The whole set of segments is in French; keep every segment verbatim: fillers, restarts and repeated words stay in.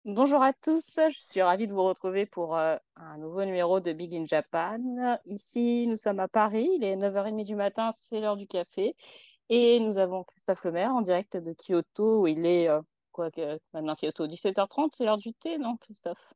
Bonjour à tous, je suis ravie de vous retrouver pour euh, un nouveau numéro de Big in Japan. Ici, nous sommes à Paris, il est neuf heures trente du matin, c'est l'heure du café. Et nous avons Christophe Lemaire en direct de Kyoto, où il est, euh, quoi que, maintenant Kyoto, dix-sept heures trente, c'est l'heure du thé, non, Christophe?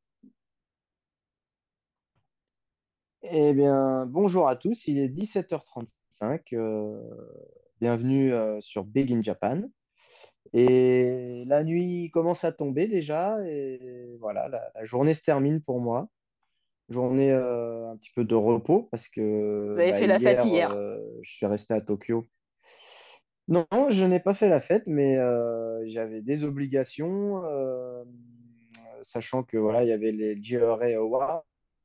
Eh bien, bonjour à tous, il est dix-sept heures trente-cinq. Euh, bienvenue euh, sur Big in Japan. Et la nuit commence à tomber déjà, et voilà, la, la journée se termine pour moi. Journée euh, un petit peu de repos parce Vous que avez bah, fait la fête hier, hier. euh, je suis resté à Tokyo. Non, je n'ai pas fait la fête, mais euh, j'avais des obligations, euh, sachant que voilà, il y avait les J R A Awards.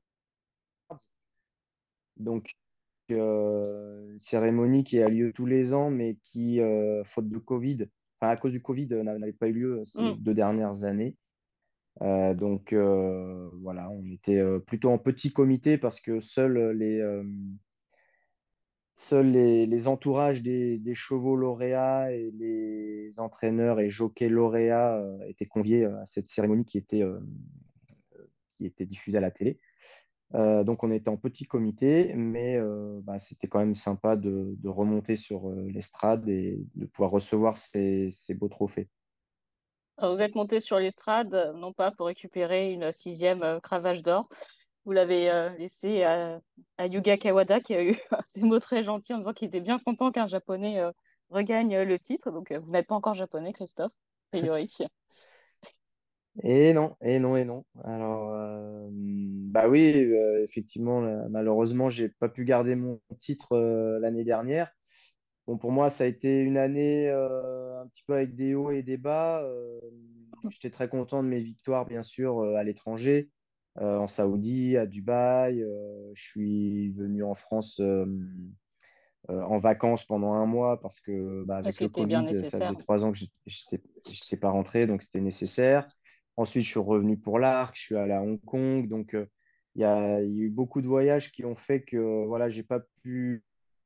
Donc, euh, une cérémonie qui a lieu tous les ans, mais qui, euh, faute de Covid, enfin à cause du Covid, euh, n'a- n'avait pas eu lieu ces Hmm. deux dernières années. Euh, donc euh, voilà, on était euh, plutôt en petit comité parce que seuls les, euh, seuls les, les entourages des, des chevaux lauréats et les entraîneurs et jockeys lauréats euh, étaient conviés euh, à cette cérémonie qui était, euh, qui était diffusée à la télé. Euh, donc on était en petit comité, mais euh, bah, c'était quand même sympa de, de remonter sur euh, l'estrade et de pouvoir recevoir ces, ces beaux trophées. Alors, vous êtes monté sur l'estrade, euh, non pas pour récupérer une sixième euh, cravache d'or, vous l'avez euh, laissé à, à Yuga Kawada qui a eu des mots très gentils en disant qu'il était bien content qu'un Japonais euh, regagne euh, le titre. Donc, euh, vous n'êtes pas encore japonais, Christophe, a priori. Et non, et non, et non. Alors, euh, bah oui, euh, effectivement, là, malheureusement, j'ai pas pu garder mon titre euh, l'année dernière. Bon, pour moi, ça a été une année euh, un petit peu avec des hauts et des bas. Euh, j'étais très content de mes victoires, bien sûr, euh, à l'étranger, euh, en Saoudi, à Dubaï. Euh, je suis venu en France euh, euh, en vacances pendant un mois parce que, bah, Est-ce avec que le c'était bien Covid, ça nécessaire? faisait trois ans que j'étais j'étais pas rentré, donc c'était nécessaire. Ensuite, je suis revenu pour l'Arc, je suis allé à Hong Kong, donc euh, il y a, il y a eu beaucoup de voyages qui ont fait que voilà, j'ai pas pu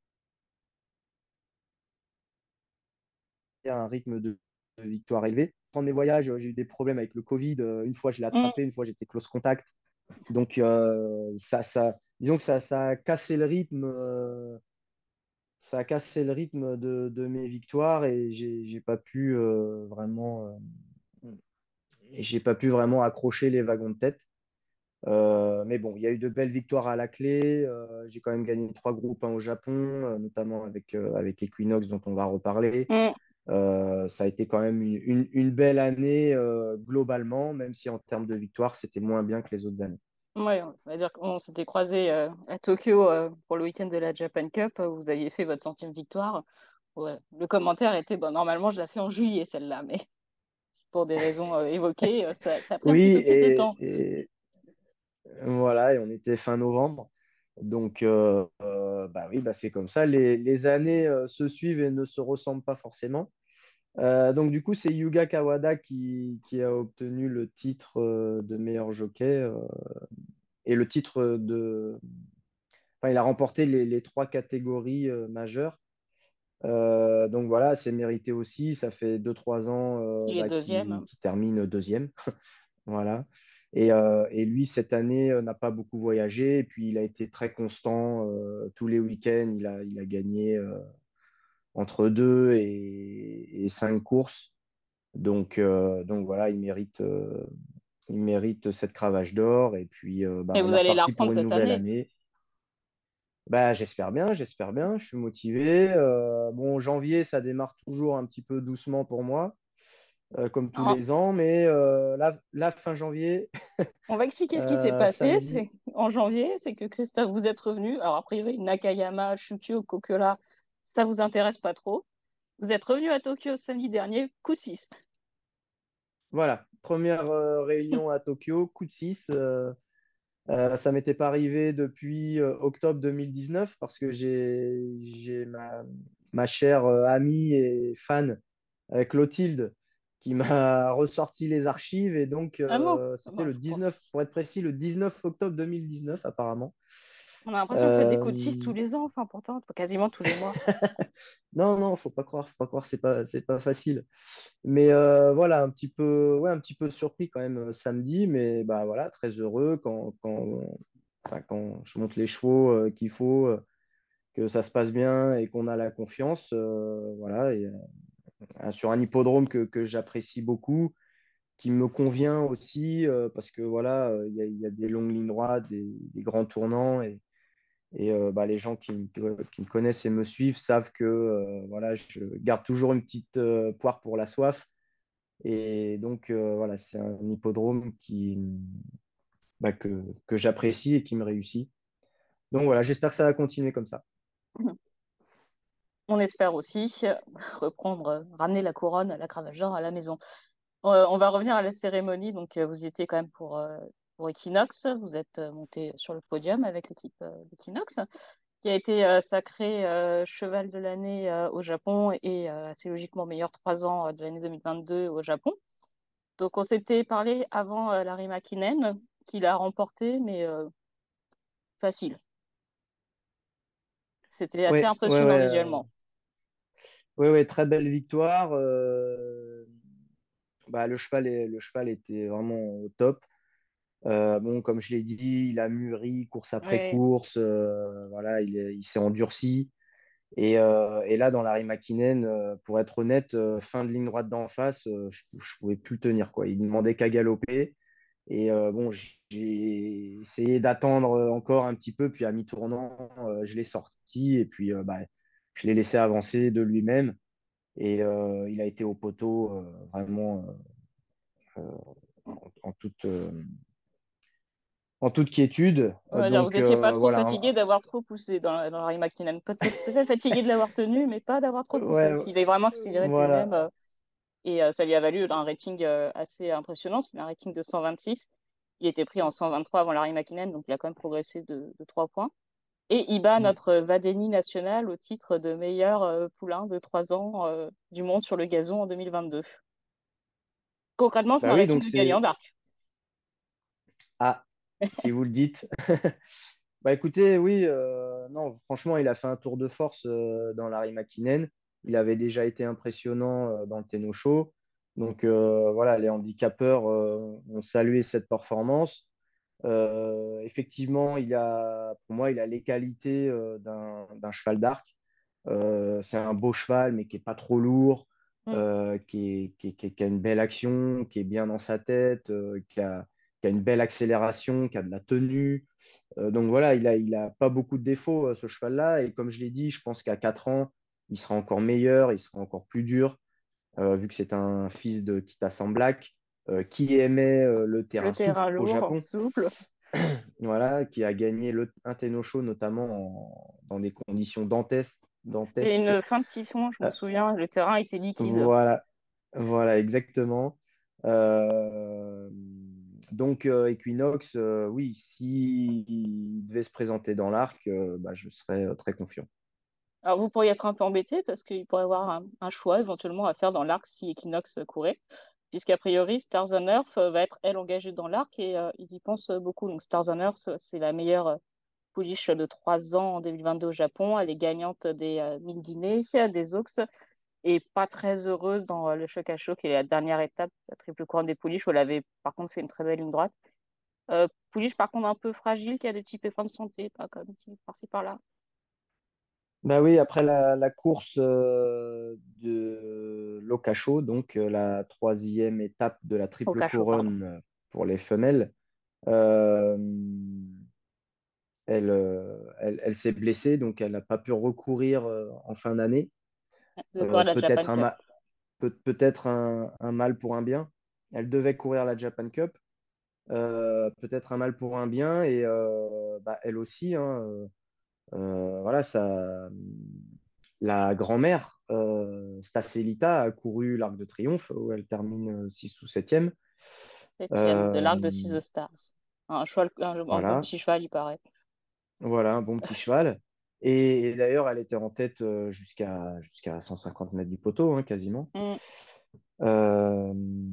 un rythme de, de victoire élevé. Prendre mes voyages, euh, j'ai eu des problèmes avec le Covid. Euh, Une fois, je l'ai Hmm. attrapé, une fois, j'étais close contact. Donc, euh, ça, ça, disons que ça, ça a cassé le rythme, euh, ça a cassé le rythme de, de mes victoires et j'ai, j'ai pas pu euh, vraiment, euh, et j'ai pas pu vraiment accrocher les wagons de tête. Euh, mais bon, il y a eu de belles victoires à la clé. Euh, j'ai quand même gagné trois groupes un au Japon, euh, notamment avec, euh, avec Equinox, dont on va reparler. Hmm. Euh, ça a été quand même une, une- une belle année euh, globalement, même si en termes de victoire, c'était moins bien que les autres années. Ouais, on va dire qu'on s'était croisés euh, à Tokyo euh, pour le week-end de la Japan Cup. Où Vous aviez fait votre centième victoire. Ouais. Le commentaire était, bon, normalement, je la fais en juillet, celle-là, mais pour des raisons euh, évoquées, euh, ça, ça a pris un petit Oui, peu plus de et, temps. et voilà, et on était fin novembre. Donc, euh, euh, bah oui, bah c'est comme ça. Les, les années euh, se suivent et ne se ressemblent pas forcément. Euh, donc, du coup, c'est Yuga Kawada qui, qui a obtenu le titre euh, de meilleur jockey euh, et le titre de. Enfin, il a remporté les, les trois catégories euh, majeures. Euh, donc voilà, c'est mérité aussi. Ça fait deux trois ans euh, Il est bah, qu'il deuxième. qu'il termine deuxième. Voilà. Et, euh, et lui, cette année, euh, n'a pas beaucoup voyagé. Et puis, il a été très constant. Euh, tous les week-ends, il a, il a gagné euh, entre deux et, et cinq courses. Donc, euh, donc voilà, il mérite, euh, il mérite cette cravache d'or. Et puis, euh, Et bah, vous il est allez la reparti reprendre pour une cette nouvelle année. année. Bah, j'espère bien, j'espère bien. Je suis motivé. Euh, bon, janvier, ça démarre toujours un petit peu doucement pour moi, euh, comme tous En- les ans. Mais euh, la, la fin janvier, On va expliquer ce qui s'est euh, passé. samedi. C'est en janvier, c'est que Christophe, vous êtes revenu. Alors, a priori, Nakayama, Shukyo, Kokura, ça vous intéresse pas trop. Vous êtes revenu à Tokyo samedi dernier, coup de six. Voilà, première euh, réunion à Tokyo, coup de six. Euh, euh, ça m'était pas arrivé depuis euh, octobre deux mille dix-neuf parce que j'ai j'ai ma, ma chère euh, amie et fan euh, Clotilde qui m'a ressorti les archives et donc Ah bon? euh, Ah c'était bon, le je crois. dix-neuf, pour être précis, le dix-neuf octobre deux mille dix-neuf apparemment. On a l'impression que vous faites des coups de six tous Euh, les ans, enfin pourtant, quasiment tous les mois. Non, non, faut pas croire, faut pas croire, c'est pas, c'est pas facile. Mais euh, voilà, un petit peu, ouais, un petit peu surpris quand même euh, samedi, mais bah voilà, très heureux quand, quand, enfin, quand je monte les chevaux euh, qu'il faut, euh, que ça se passe bien et qu'on a la confiance. Euh, voilà, et, euh, sur un hippodrome que, que j'apprécie beaucoup, qui me convient aussi, euh, parce que voilà, euh, il y a, il y a des longues lignes droites, des, des grands tournants, et, et euh, bah, les gens qui, me- qui me connaissent et me suivent savent que euh, voilà, je garde toujours une petite euh, poire pour la soif. Et donc, euh, voilà, c'est un hippodrome qui, bah, que, que j'apprécie et qui me réussit. Donc voilà, j'espère que ça va continuer comme ça. On espère aussi euh, reprendre, euh, ramener la couronne, la cravache d'or à la maison. Euh, on va revenir à la cérémonie. Donc, euh, vous y étiez quand même pour, euh, pour Equinox. Vous êtes euh, monté sur le podium avec l'équipe euh, d'Equinox, qui a été euh, sacré euh, cheval de l'année euh, au Japon et euh, assez logiquement meilleur trois ans euh, de l'année deux mille vingt-deux au Japon. Donc, on s'était parlé avant euh, Larry Mäkinen, qui l'a remporté, mais euh, facile. C'était assez Ouais, ouais, ouais, impressionnant euh, visuellement. ouais, ouais, très belle victoire. Euh, bah, le cheval, est- le cheval était vraiment au top. Euh, bon, comme je l'ai dit, il a mûri course après Ouais. course. Euh, voilà, il, est- il s'est endurci. Et, euh, et là, dans Larry McKinnon, euh, pour être honnête, euh, fin de ligne droite d'en face, euh, je ne pouvais plus le tenir, quoi. Il ne demandait qu'à galoper. Et euh, bon, j'ai essayé d'attendre encore un petit peu, puis à mi-tournant, euh, je l'ai sorti et puis euh, bah, je l'ai laissé avancer de lui-même. Et euh, il a été au poteau euh, vraiment euh, en, en toute, euh, en toute quiétude. On Euh, va dire, vous donc étiez pas euh, trop voilà. fatigué d'avoir trop poussé dans, dans Larry McKinnon. Peut-être peut-être fatigué de l'avoir tenu, mais pas d'avoir trop poussé. Ouais, Parce qu'il est vraiment accéléré de lui-même. voilà. euh, et euh, ça lui a valu un rating euh, assez impressionnant. C'est un rating de cent vingt-six. Il était pris en cent vingt-trois avant Larry McKinnon, donc il a quand même progressé de, de trois points. Et il bat Mm. notre Vadeni national au titre de meilleur euh, poulain de trois ans euh, du monde sur le gazon en deux mille vingt-deux. Concrètement, c'est Bah un oui, rating donc de gagnant c'est. d'arc. Ah, si vous le dites. Bah écoutez, oui, euh, non, franchement, il a fait un tour de force euh, dans Larry McKinnon. Il avait déjà été impressionnant euh, dans le Tenno Show. Donc euh, voilà, les handicapeurs euh, ont salué cette performance. Euh, effectivement, il a, pour moi, il a les qualités euh, d'un d'un cheval d'arc. Euh, c'est un beau cheval, mais qui est pas trop lourd, Mm. euh, qui est- qui est- qui est- qui a une belle action, qui est bien dans sa tête, euh, qui a, qui a une belle accélération, qui a de la tenue. Euh, donc voilà, il a, il a pas beaucoup de défauts, euh, ce cheval-là. Et comme je l'ai dit, je pense qu'à quatre ans, il sera encore meilleur, il sera encore plus dur, euh, vu que c'est un fils de Kitasan Black, euh, qui aimait euh, le Le terrain souple terrain au lourd, Japon. souple. Voilà, qui a gagné le, un Tenno Show, notamment en- dans des conditions dantesques. C'était dantesques. une fin de typhon, je me Euh, souviens. Le terrain était liquide. voilà, voilà, exactement. Euh, donc, euh, Equinox, euh, oui, s'il devait se présenter dans l'arc, euh, bah, je serais euh, très confiant. Alors, vous pourriez être un peu embêté parce qu'il pourrait y avoir un, un choix éventuellement à faire dans l'arc si Equinox courait. Puisqu'a priori, Stars on Earth euh, va être, elle, engagée dans l'arc et euh, ils y pensent euh, beaucoup. Donc, Stars on Earth, euh, c'est la meilleure euh, pouliche de trois ans en deux mille vingt-deux au Japon. Elle est gagnante des euh, mille Guinées, des Oaks et pas très heureuse dans euh, le choc à choc, qui est la dernière étape, la triple couronne des pouliches, où elle avait par contre fait une très belle ligne droite. Euh, pouliche, par contre, un peu fragile, qui a des petits pépins de santé, pas comme si par-ci par-là. Bah oui, après la, la course euh, de l'Ocacho, donc euh, la troisième étape de la Au triple cachot, pardon. couronne euh, pour les femelles, euh, elle, euh, elle, elle s'est blessée, donc elle n'a pas pu recourir euh, en fin d'année. De quoi Euh, la Japan peut-être un, Cup. ma- peut- peut-être un, un mal pour un bien. Elle devait courir la Japan Cup. Euh, peut-être un mal pour un bien. Et euh, bah, elle aussi, hein, euh, euh, voilà, ça, la grand-mère, euh, Stacelita, a couru l'Arc de Triomphe, où elle termine six ou septième. Septième de Euh, l'arc de Six the Stars. Un, cheval, un, un bon voilà, petit cheval, il paraît. voilà, un bon petit cheval. Et, et d'ailleurs, elle était en tête euh, jusqu'à jusqu'à cent cinquante mètres du poteau, hein, quasiment. Mm. Euh,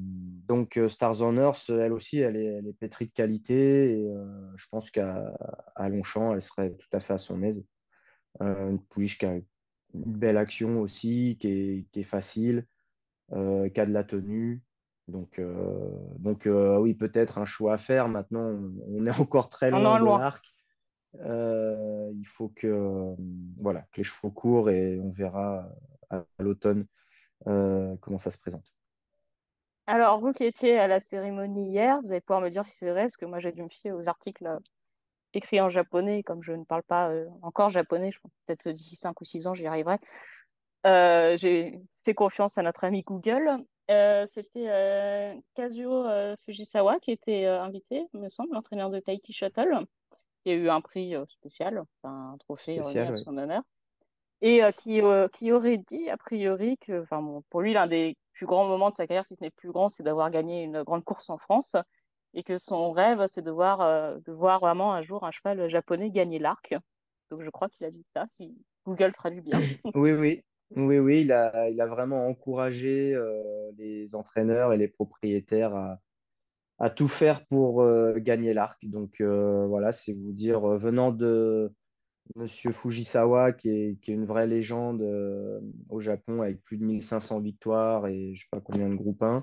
Donc, euh, Stars on Earth, elle aussi, elle est, elle est pétrie de qualité. Et euh, je pense qu'à à Longchamp, elle serait tout à fait à son aise. Euh, une pouliche qui a une belle action aussi, qui est, qui est facile, euh, qui a de la tenue. Donc, euh, donc euh, oui, peut-être un choix à faire. Maintenant, on, on est encore très On loin en est de loin. l'arc. Euh, il faut que, euh, voilà, que les chevaux courent et on verra à, à l'automne euh, comment ça se présente. Alors, vous qui étiez à la cérémonie hier, vous allez pouvoir me dire si c'est vrai, parce que moi j'ai dû me fier aux articles euh, écrits en japonais, comme je ne parle pas euh, encore japonais, je pense peut-être que d'ici cinq ou six ans j'y arriverai. Euh, j'ai fait confiance à notre ami Google. Euh, c'était euh, Kazuo euh, Fujisawa qui était euh, invité, il me semble, l'entraîneur de Taiki Shuttle. Il y a eu un prix euh, spécial, enfin, un trophée remis Spécial, à oui. son honneur. Et euh, qui, euh, qui aurait dit, a priori, que enfin, bon, pour lui, l'un des plus grands moments de sa carrière, si ce n'est le plus grand, c'est d'avoir gagné une grande course en France. Et que son rêve, c'est de voir, euh, de voir vraiment un jour un cheval japonais gagner l'arc. Donc je crois qu'il a dit ça, si Google traduit bien. Oui, oui, oui, oui, il a, il a vraiment encouragé euh, les entraîneurs et les propriétaires à, à tout faire pour euh, gagner l'arc. Donc euh, voilà, c'est vous dire, euh, venant de Monsieur Fujisawa, qui est, qui est une vraie légende euh, au Japon, avec plus de mille cinq cents victoires et je sais pas combien de groupes un,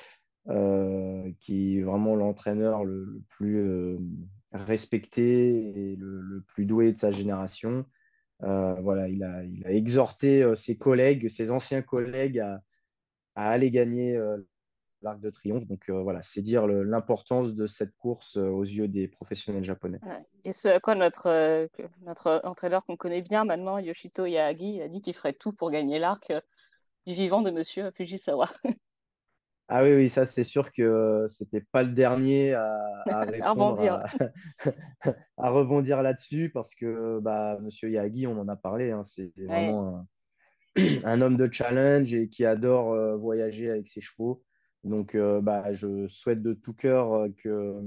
euh, qui est vraiment l'entraîneur le, le plus euh, respecté et le, le plus doué de sa génération. Euh, voilà, il a, il a exhorté euh, ses collègues, ses anciens collègues à, à aller gagner euh, l'Arc de Triomphe. Donc euh, voilà, c'est dire le- l'importance de cette course euh, aux yeux des professionnels japonais. Ouais. Et ce à quoi notre, euh, que- notre entraîneur qu'on connaît bien maintenant, Yoshito Yagi, a dit qu'il ferait tout pour gagner l'arc euh, du vivant de Monsieur Fujisawa. Ah oui, oui, ça c'est sûr que euh, c'était pas le dernier à, à À répondre rebondir. à, à rebondir là-dessus parce que bah, Monsieur Yagi, on en a parlé, hein, c'est Ouais. vraiment un, un homme de challenge et qui adore euh, voyager avec ses chevaux. Donc euh, bah, je souhaite de tout cœur euh, que,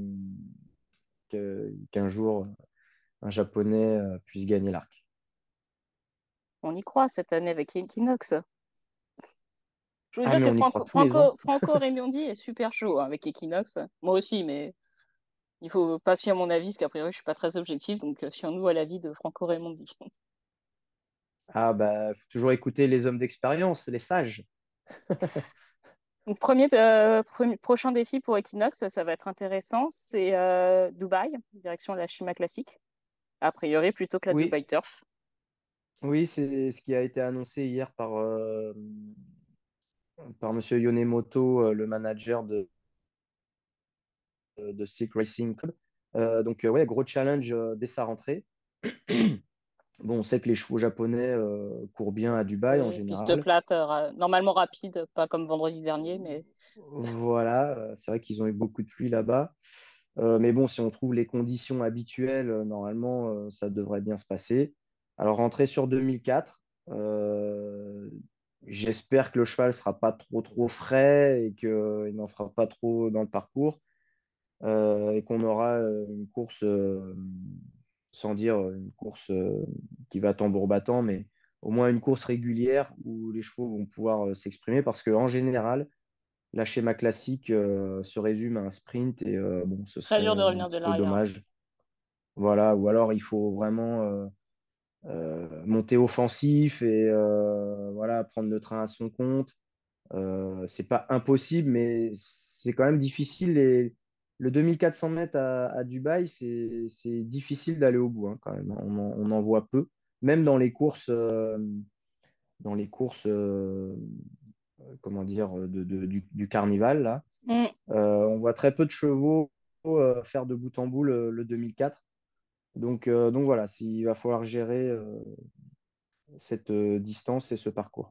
que- qu'un jour un Japonais euh, puisse gagner l'arc. On y croit cette année avec Equinox. Je vous Ah jure mais que on y croit Franco, tous les Franco, ans. Franco Raimondi est super chaud hein, avec Equinox. Moi aussi, mais il faut pas suivre mon avis, parce qu'a priori, je suis pas très objectif, donc euh, fions-nous à l'avis de Franco Raimondi. Ah bah faut toujours écouter les hommes d'expérience, les sages. Donc, premier, euh, premier- prochain défi pour Equinox, ça, ça va être intéressant, c'est euh, Dubaï, direction la Shima Classique, a priori plutôt que la Oui, Dubaï Turf. oui, c'est ce qui a été annoncé hier par, euh, par Monsieur Yonemoto, euh, le manager de, de Silk Racing Club. Euh, donc, euh, ouais, gros challenge euh, dès sa rentrée. Bon, on sait que les chevaux japonais euh, courent bien à Dubaï en Oui, piste général. plate, euh, ra- normalement rapide, pas comme vendredi dernier, mais Voilà, euh, c'est vrai qu'ils ont eu beaucoup de pluie là-bas. Euh, mais bon, si on trouve les conditions habituelles, euh, normalement, euh, ça devrait bien se passer. Alors, rentrer sur deux mille quatre, euh, j'espère que le cheval ne sera pas trop, trop frais et qu'il n'en fera pas trop dans le parcours euh, et qu'on aura euh, une course, euh, sans dire une course euh, qui va tambour battant, mais au moins une course régulière où les chevaux vont pouvoir euh, s'exprimer parce qu'en général, la schéma classique euh, se résume à un sprint et euh, bon, ce très serait dur de un revenir de petit peu l'arrière. dommage. Voilà, ou alors il faut vraiment euh, euh, monter offensif et euh, voilà, prendre le train à son compte. Euh, c'est pas impossible, mais c'est quand même difficile. Et le deux mille quatre cents mètres à, à Dubaï, c'est c'est difficile d'aller au bout hein, quand même. On en, on en voit peu, même dans les courses, euh, dans les courses, euh, comment dire, de, de- du, du carnival là. Mm. Euh, on voit très peu de chevaux euh, faire de bout en bout le, le deux mille quatre. Donc, euh, donc voilà, il va falloir gérer euh, cette euh, distance et ce parcours.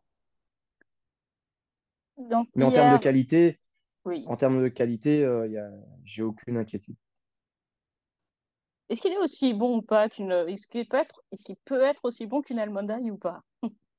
Donc Mais en termes de hier, qualité, oui. en termes de qualité, euh, y a, j'ai aucune inquiétude. Est-ce qu'il est aussi bon ou pas qu'une. Est-ce qu'il peut être, est-ce qu'il peut être aussi bon qu'une Almondaï ou pas?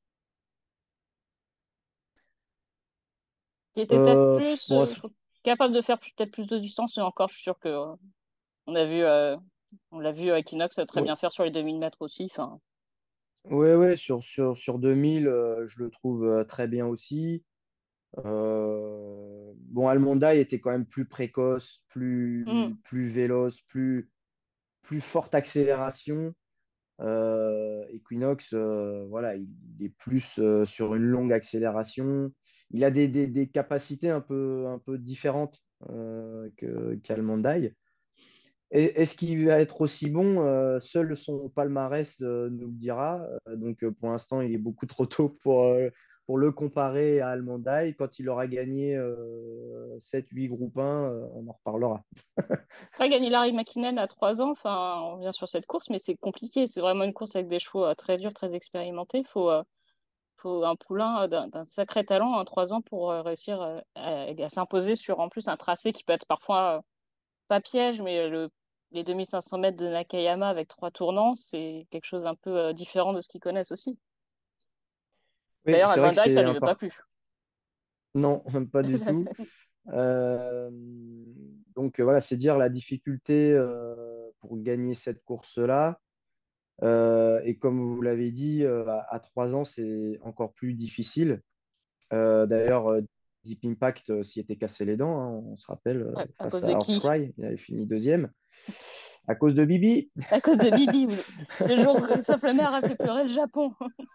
Qui était peut-être Euh, plus bon, euh, capable de faire peut-être plus de distance, et encore, je suis sûr que euh, on a vu, euh, on l'a vu à Equinox très ouais, bien faire sur les deux mille mètres aussi. Enfin, ouais, ouais, sur, sur, sur deux mille, euh, je le trouve euh, très bien aussi. Euh, bon, Almondaï était quand même plus précoce, Mm. plus, plus véloce, plus, plus forte accélération. Euh, Equinox, euh, voilà, il, il est plus euh, sur une longue accélération. Il a des, des- des capacités un peu, un peu différentes euh, que, qu'Almondaï. Et- Est-ce qu'il va être aussi bon? Euh, seul son palmarès euh, nous le dira. Euh, donc euh, pour l'instant, il est beaucoup trop tôt pour, euh, pour le comparer à Almondaï. Quand il aura gagné euh, sept huit groupes un, euh, on en reparlera. Après, gagner Larry McKinnon à trois ans, enfin, on revient sur cette course, mais c'est compliqué. C'est vraiment une course avec des chevaux euh, très durs, très expérimentés. Il faut, euh, faut un poulain euh, d'un d'un sacré talent à trois ans pour euh, réussir euh, à, à s'imposer sur en plus un tracé qui peut être parfois euh, pas piège, mais euh, le, les deux mille cinq cents mètres de Nakayama avec trois tournants, c'est quelque chose un peu euh, différent de ce qu'ils connaissent aussi. Oui, D'ailleurs, c'est vrai Alban que Dyke, ça c'est lui un veut pas parcours. plus. Non, pas du tout. Euh, donc euh, voilà, c'est dire la difficulté euh, pour gagner cette course-là. Euh, et comme vous l'avez dit, euh, à, à trois ans, c'est encore plus difficile. Euh, d'ailleurs, euh, Deep Impact euh, s'y était cassé les dents, hein, on se rappelle, euh, À, à face cause de à Horse qui? Cry, il avait fini deuxième, à cause de Bibi. À cause de Bibi. Vous- Le jour où Christophe Lemaire a fait pleurer le Japon.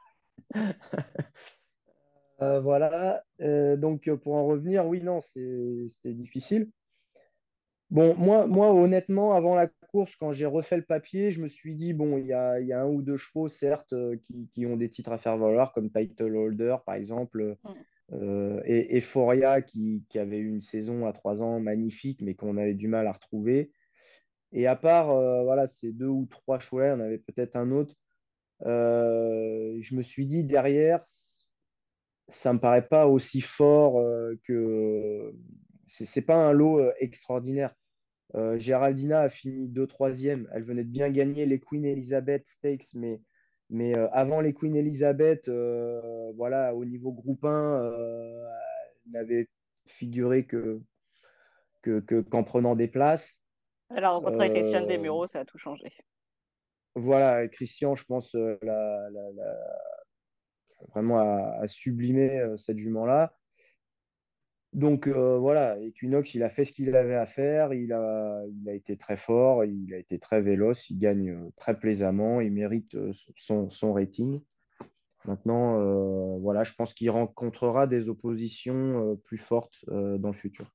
Euh, voilà. Euh, donc euh, pour en revenir, oui, non, c'est- c'était difficile. Bon, moi, moi, honnêtement, avant la course, quand j'ai refait le papier, je me suis dit, bon, il y a, il y a un ou deux chevaux, certes, euh, qui, qui ont des titres à faire valoir, comme Title Holder, par exemple, Mm. euh, et Euphoria, qui, qui avait eu une saison à trois ans magnifique, mais qu'on avait du mal à retrouver. Et à part, euh, voilà, ces deux ou trois chevaux-là, on avait peut-être un autre, euh, je me suis dit, derrière, ça me paraît pas aussi fort euh, que... C'est c'est pas un lot euh, extraordinaire. Euh, Géraldina a fini deux troisième. Elle venait de bien gagner les Queen Elizabeth Stakes, mais, mais euh, avant les Queen Elizabeth, euh, voilà, au niveau groupe un, euh, elle n'avait figuré que, que, que- qu'en prenant des places. Elle a rencontré Christian Euh, Demuro, ça a tout changé. voilà, Christian, je pense, euh, l'a- l'a- l'a- vraiment a, a sublimé euh, cette jument-là. Donc euh, voilà, Equinox, il a fait ce qu'il avait à faire, il a, il a été très fort, il a été très véloce, il gagne euh, très plaisamment, il mérite euh, son, son rating. Maintenant, euh, voilà, je pense qu'il rencontrera des oppositions euh, plus fortes euh, dans le futur.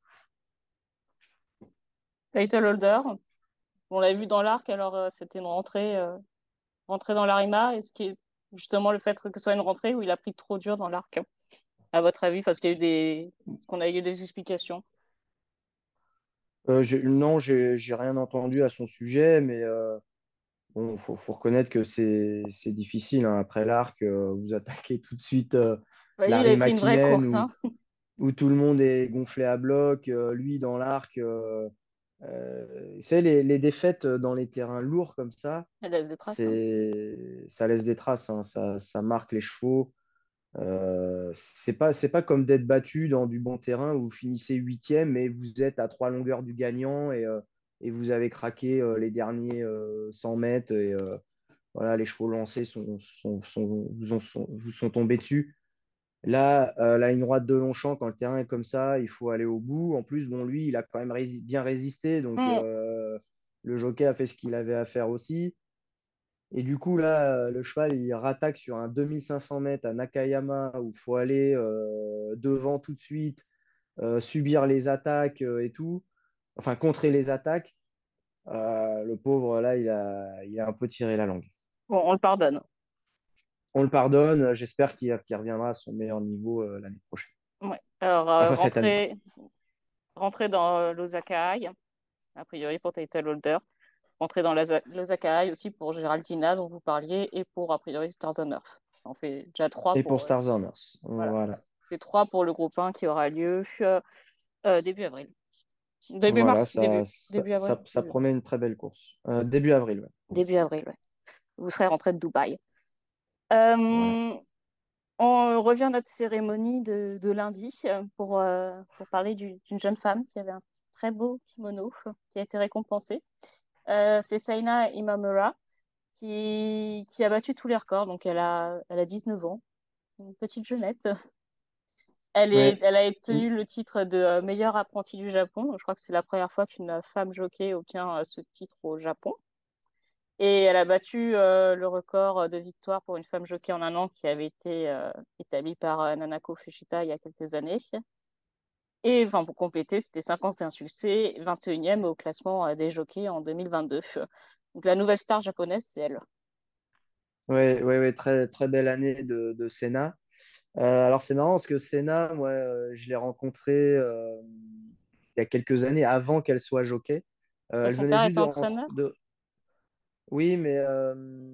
Title Holder, on l'a vu dans l'arc, alors euh, c'était une rentrée, euh, rentrée dans l'Arima. Est-ce que justement le fait que ce soit une rentrée où il a pris trop dur dans l'arc, à votre avis, parce qu'il y a eu des, qu'on a eu des explications. Euh, je- non, j'ai j'ai rien entendu à son sujet, mais euh, bon, faut, faut reconnaître que c'est c'est difficile, hein. Après l'arc, euh, vous attaquez tout de suite euh, Bah, lui, il Larry avait pris une vraie McKinnon course, ou hein. où tout le monde est gonflé à bloc. Euh, lui, dans l'arc, euh, euh, tu sais, les, les défaites dans les terrains lourds comme ça, Elle laisse des traces, hein. c'est, ça laisse des traces, hein, ça, ça marque les chevaux. Euh, c'est pas, c'est pas comme d'être battu dans du bon terrain où vous finissez huitième et vous êtes à trois longueurs du gagnant et, euh, et vous avez craqué euh, les derniers euh, cent mètres et euh, voilà, les chevaux lancés sont, sont, sont- vous, ont- sont- vous sont tombés dessus. Là, euh, la ligne droite de Longchamp, quand le terrain est comme ça, il faut aller au bout. En plus, bon, lui, il a quand même rési- bien résisté. Donc, Mm. euh, le jockey a fait ce qu'il avait à faire aussi. Et du coup, là, euh, le cheval, il rattaque sur un deux mille cinq cents mètres à Nakayama où il faut aller euh, devant tout de suite, euh, subir les attaques euh, et tout. Enfin, contrer les attaques. Euh, le pauvre, là, il a, il a un peu tiré la langue. Bon, on le pardonne. On le pardonne. J'espère qu'il qu'il reviendra à son meilleur niveau euh, l'année prochaine. Ouais. Alors, euh, Enfin, cette année. rentrer, rentrer dans euh, l'Osaka Eye, a priori pour Title Holder. Rentrer dans l'Asa- l'Osaka Eye aussi pour Géraldina, dont vous parliez, et pour, a priori, Stars on Earth. On fait déjà trois Et pour pour, euh, Stars Owners. voilà, ça Voilà. fait trois pour le groupe un qui aura lieu euh, euh, début avril. Début Voilà, mars, ça, début, ça, début avril, ça, ça début mars. promet une très belle course. Euh, début avril, ouais. Début avril, ouais. Vous serez rentré de Dubaï. Voilà. Euh, on revient à notre cérémonie de, de lundi euh, pour, euh, pour parler du- d'une jeune femme qui avait un très beau kimono qui a été récompensé. Euh, c'est Saina Imamura qui, qui a battu tous les records. Donc elle a, elle a dix-neuf ans, une petite jeunette. Elle est, Ouais. elle a Mm. obtenu le titre de euh, meilleure apprentie du Japon. Donc, je crois que c'est la première fois qu'une femme jockey obtient euh, ce titre au Japon. Et elle a battu euh, le record de victoire pour une femme jockey en un an qui avait été euh, établi par euh, Nanako Fujita il y a quelques années. Et enfin, pour compléter, c'était cinquante et un succès, vingt et unième au classement euh, des jockeys en deux mille vingt-deux. Donc la nouvelle star japonaise, c'est elle. Ouais, ouais, ouais, très, très belle année de, de Senna. Euh, alors c'est marrant parce que Senna, moi, euh, je l'ai rencontrée euh, il y a quelques années avant qu'elle soit jockey. Euh, Et elle son venait père juste était de rentrer. entraîneur De... Oui, mais euh,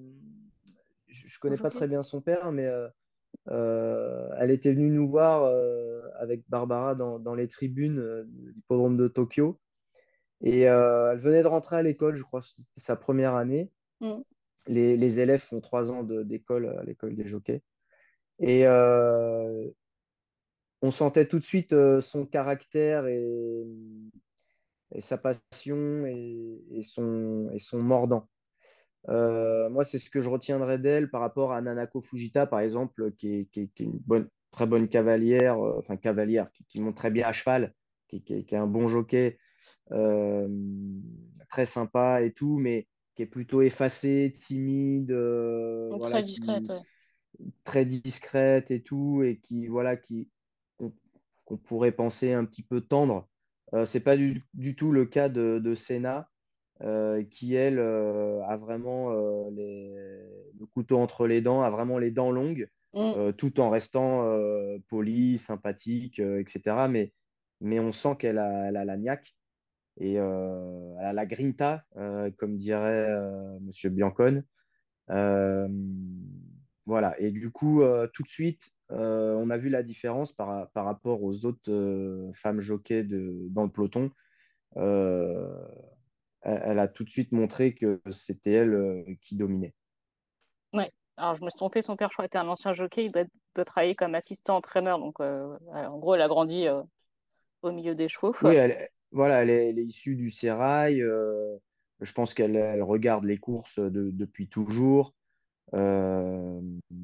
je, je au connais pas jockey? très bien son père, mais euh, euh, elle était venue nous voir euh, avec Barbara dans, dans les tribunes euh, de l'hippodrome de Tokyo. Et euh, elle venait de rentrer à l'école, je crois que c'était sa première année. Hmm. Les, les élèves font trois ans de- d'école à l'école des jockeys. Et euh, on sentait tout de suite euh, son caractère et, et sa passion et, et son, et son mordant. Euh, moi, c'est ce que je retiendrai d'elle par rapport à Nanako Fujita, par exemple, qui est, qui est- qui est une bonne, très bonne cavalière, euh, enfin cavalière, qui, qui monte très bien à cheval, qui, qui est qui est un bon jockey, euh, très sympa et tout, mais qui est plutôt effacée, timide, euh, Donc voilà, très discrète, qui ouais. très discrète et tout, et qui, voilà, qui, qu'on qu'on pourrait penser un petit peu tendre. Euh, c'est pas du, du tout le cas de, de Senna, euh, qui, elle, euh, a vraiment euh, les, le couteau entre les dents, a vraiment les dents longues, Hmm. euh, tout en restant euh, polie, sympathique, euh, et cetera. Mais, mais on sent qu'elle a, elle a la niaque et euh, elle a la grinta, euh, comme dirait euh, Monsieur Biancone. Euh, voilà. Et du coup, euh, tout de suite, euh, on a vu la différence par, par rapport aux autres euh, femmes jockeys de, dans le peloton. Euh, elle, elle a tout de suite montré que c'était elle euh, qui dominait. Ouais. Alors je me suis trompée, son père, je crois, était un ancien jockey, il doit, doit travailler comme assistant entraîneur. Donc euh, en gros, elle a grandi euh, au milieu des chevaux. Oui, elle, voilà, elle est, elle est issue du sérail. Euh, je pense qu'elle elle regarde les courses de- depuis toujours. Euh,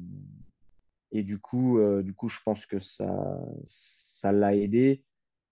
et du coup, euh, du coup, je pense que ça, ça l'a aidé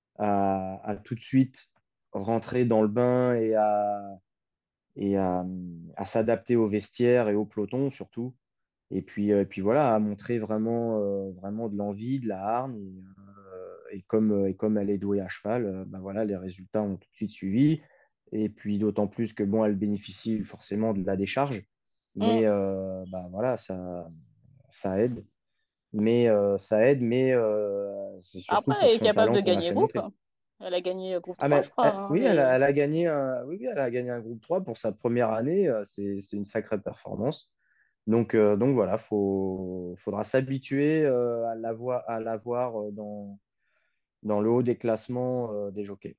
à, à tout de suite rentrer dans le bain et à, et à, à s'adapter au vestiaire et au peloton surtout. Et puis, euh, et puis voilà, à montrer vraiment, euh, vraiment de l'envie, de la hargne. Et, euh, et comme, euh, et comme elle est douée à cheval, euh, ben voilà, les résultats ont tout de suite suivi. Et puis d'autant plus que bon, elle bénéficie forcément de la décharge. Hmm. Mais euh, ben voilà, ça, ça aide. Mais euh, ça aide, mais euh, c'est surtout Après, pour elle est son capable talent de qu'on l'a gagner fait groupe. monter. Elle a gagné euh, groupe Ah, trois, je mais crois, elle- hein, oui, elle et a, elle a gagné un, oui, oui, elle a gagné un groupe trois pour sa première année. euh, C'est, c'est une sacrée performance. Donc, euh, donc voilà, faut, faudra s'habituer euh, à la voir, à la voir euh, dans, dans le haut des classements euh, des jockeys.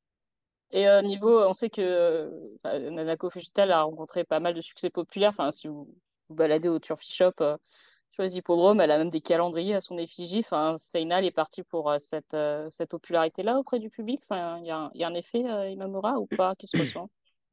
Et euh, niveau, on sait que euh, enfin, Nanako Fujita a rencontré pas mal de succès populaires. Enfin, si vous vous baladez au Turfy Shop euh, sur les hippodromes, elle a même des calendriers à son effigie. Enfin, Seina, elle est partie pour euh, cette, euh, cette popularité-là auprès du public. Enfin, il y a, un- il y a un effet euh, Imamura ou pas qui se ressent?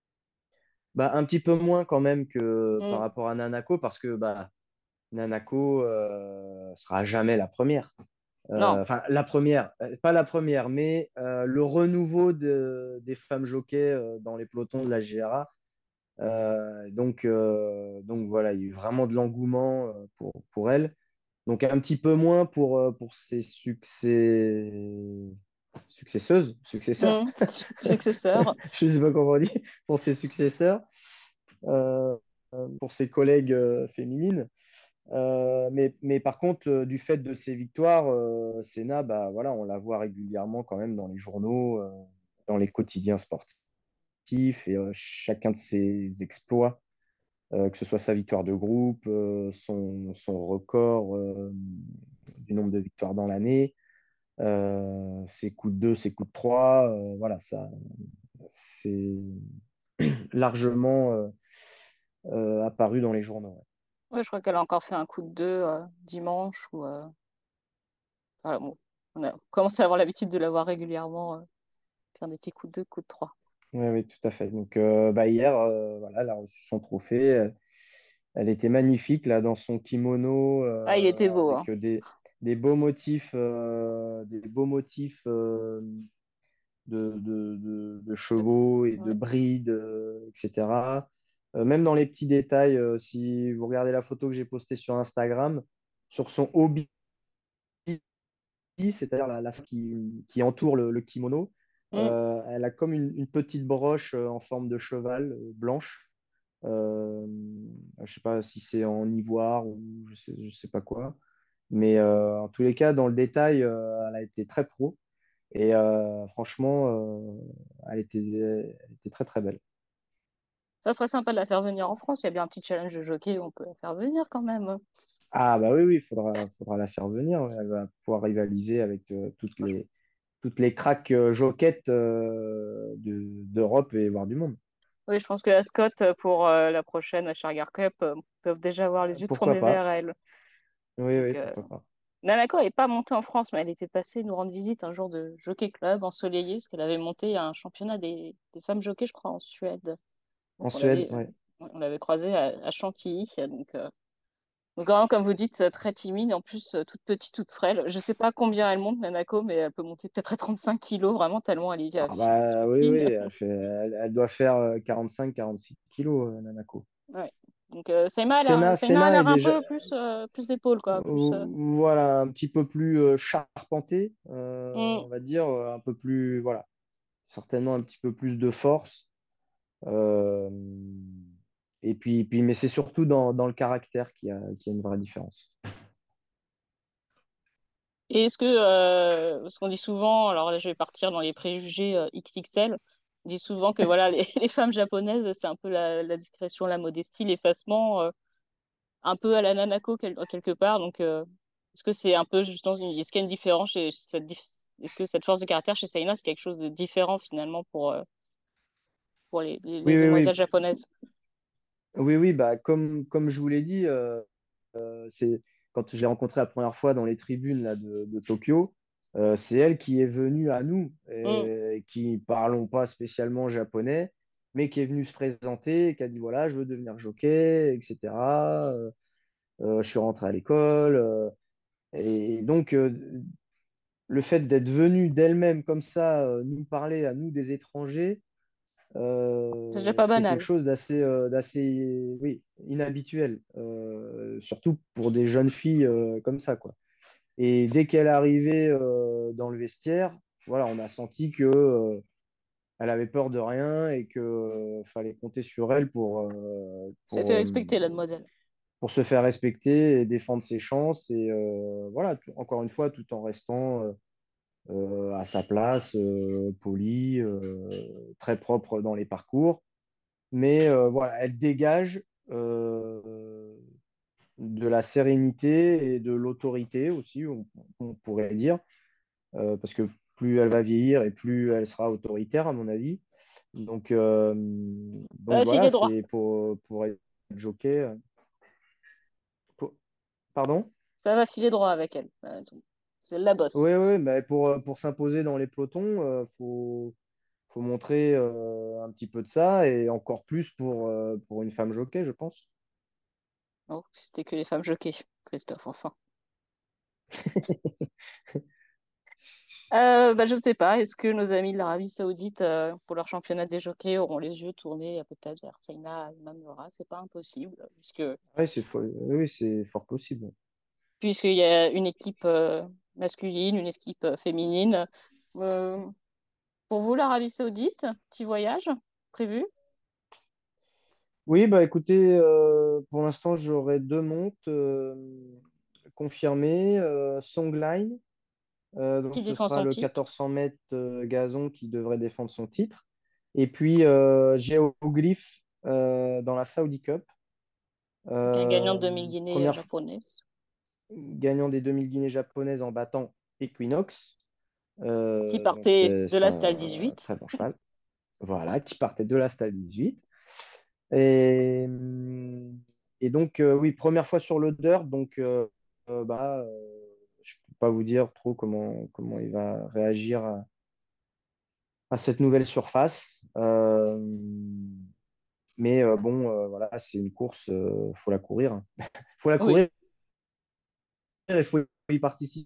Bah, un petit peu moins quand même que par Hmm. rapport à Nanako, parce que bah, Nanako euh, sera jamais la première. Non. Euh, Enfin, la première, euh, pas la première, mais euh, le renouveau de- des femmes jockeys euh, dans les pelotons de la G R A. Euh, donc, euh, donc voilà, il y a eu vraiment de l'engouement euh, pour, pour elle. Donc un petit peu moins pour, euh, pour ses succès... successeuses, successeurs. Hmm. Successeur. Je ne sais pas comment on dit, pour ses successeurs, euh, pour ses collègues euh, féminines. Euh, mais, mais par contre, euh, du fait de ses victoires, euh, Senna, bah, voilà, on la voit régulièrement quand même dans les journaux, euh, dans les quotidiens sportifs, et euh, chacun de ses exploits, euh, que ce soit sa victoire de groupe, euh, son, son record euh, du nombre de victoires dans l'année, euh, ses coups de deux, ses coups de trois, euh, voilà, ça, c'est largement euh, euh, apparu dans les journaux. Ouais, je crois qu'elle a encore fait un coup de deux euh, dimanche. Ou, euh, voilà, bon, on a commencé à avoir l'habitude de la voir régulièrement euh, faire des petits coups de deux, coups de trois. Oui, oui, tout à fait. Donc, euh, bah, hier, euh, voilà, elle a reçu son trophée. Elle, elle était magnifique là dans son kimono Ah, il était euh, beau, hein. avec des, des beaux motifs, euh, des beaux motifs euh, de, de, de- de De- chevaux et de ouais. brides, euh, et cetera. Euh, même dans les petits détails, euh, si vous regardez la photo que j'ai postée sur Instagram, sur son hobby, c'est-à-dire la, la qui, qui entoure le, le kimono, Mm. euh, elle a comme une, une petite broche euh, en forme de cheval euh, blanche. Euh, je ne sais pas si c'est en ivoire ou je sais, je sais pas quoi. Mais euh, en tous les cas, dans le détail, euh, elle a été très pro. Et euh, franchement, euh, elle était, elle était très très belle. Ça serait sympa de la faire venir en France. Il y a bien un petit challenge de jockey, on peut la faire venir quand même. Ah bah oui, oui, il faudra, faudra la faire venir. Ouais. Elle va pouvoir rivaliser avec euh, toutes Moi, je- les, toutes les cracks euh, joquettes euh, de- d'Europe et voire du monde. Oui, je pense que la Scott, euh, pour euh, la prochaine Charger Cup, euh, peuvent déjà avoir les Euh, yeux Pourquoi tournés vers pas? elle. Oui, Donc, oui, euh, pourquoi pas. Nanako n'est pas montée en France, mais elle était passée nous rendre visite un jour de Jockey Club ensoleillé, parce qu'elle avait monté un championnat des, des femmes jockeys, je crois, en Suède. Donc En on Suède, l'avait oui. on l'avait croisée à, à Chantilly. Donc, euh, donc vraiment, comme vous dites, euh, très timide, en plus euh, toute petite, toute frêle. Je sais pas combien elle monte, Nanako, mais elle peut monter peut-être à trente-cinq kilos, vraiment tellement elle y va Ah fine bah oui, oui, fine. elle fait, elle, elle doit faire euh, quarante-cinq, quarante-six kilos, euh, Nanako. Ouais. Donc euh, Seima, elle a, Senna, Seina a Senna est l'air un déjà, peu plus, euh, plus d'épaule, quoi. Plus, euh, euh, voilà, un petit peu plus euh, charpenté, euh, hmm. on va dire, euh, un peu plus, voilà, certainement un petit peu plus de force. Euh, et puis, puis, mais c'est surtout dans, dans le caractère qu'il y a, qu'il y a une vraie différence. Et est-ce que, euh, ce qu'on dit souvent, alors là je vais partir dans les préjugés euh, X X L, on dit souvent que voilà, les, les femmes japonaises, c'est un peu la, la discrétion, la modestie, l'effacement, euh, un peu à la Nanako quel- quelque part. Donc, euh, est-ce que c'est un peu justement, une- est-ce qu'il y a une différence chez cette, dif- est-ce que cette force de caractère chez Saina, c'est quelque chose de différent finalement pour, euh, pour les, les, les Oui, oui, demoiselles oui, japonaises? oui, oui, bah, comme, comme je vous l'ai dit, euh, c'est quand je l'ai rencontrée la première fois dans les tribunes là, de, de Tokyo, euh, c'est elle qui est venue à nous, Hmm. et qui parlons pas spécialement japonais, mais qui est venue se présenter, et qui a dit voilà, je veux devenir jockey, et cetera. Euh, euh, je suis rentré à l'école. Euh, et donc, euh, le fait d'être venue d'elle-même comme ça, euh, nous parler à nous des étrangers, C'est déjà euh, pas c'est quelque banal. chose d'assez euh, d'assez oui, inhabituel, euh, surtout pour des jeunes filles euh, comme ça, quoi. Et dès qu'elle est arrivée euh, dans le vestiaire, voilà, on a senti que euh, elle avait peur de rien et que euh, fallait compter sur elle pour, euh, C'est fait pour, euh, respecter, la demoiselle. pour se faire respecter et défendre ses chances. Et euh, voilà, tout- encore une fois, tout en restant euh, euh, à sa place, euh, poli, euh, très propre dans les parcours. Mais euh, voilà, elle dégage euh, de la sérénité et de l'autorité aussi, on, on pourrait dire, euh, parce que plus elle va vieillir et plus elle sera autoritaire, à mon avis. Donc, euh, Ça donc va voilà, filer droit. c'est pour, pour être jockey. euh, pour- Pardon? Ça va filer droit avec elle. Euh, C'est la bosse. Oui, oui, mais pour, euh, pour s'imposer dans les pelotons, il faut, faut montrer euh, un petit peu de ça et encore plus pour, euh, pour une femme jockey, je pense. Oh, c'était que les femmes jockeys, Christophe, enfin. Euh, bah, je ne sais pas. Est-ce que nos amis de l'Arabie Saoudite, euh, pour leur championnat des jockeys, auront les yeux tournés euh, peut-être vers Saina et Mamura? C'est pas impossible, puisque Oui, c'est fo- oui, c'est fort possible. puisqu'il y a une équipe euh, masculine, une équipe euh, féminine. Euh, pour vous, l'Arabie Saoudite, petit voyage prévu? Oui, bah écoutez, euh, pour l'instant, j'aurai deux montes euh, confirmées. Euh, Songline, euh, Qui donc ce défend sera son le titre? quatorze cents mètres euh, gazon qui devrait défendre son titre. Et puis euh, Géoglyph euh, dans la Saudi Cup. Donc un gagnant de Euh, deux mille guinées euh, première f- japonaises. gagnant des deux mille guinées japonaises en battant Equinox. Qui Euh, donc partait ce de sera la Stahl un dix-huit. très bon cheval. Voilà, qui partait de la Stade dix-huit. Et, et donc, euh, oui, première fois sur le dirt, donc euh, euh, bah, euh, je ne peux pas vous dire trop comment, comment il va réagir à, à cette nouvelle surface. Euh, mais euh, bon, euh, voilà, c'est une course, il faut la courir. Il faut la Oui. courir il faut y participer.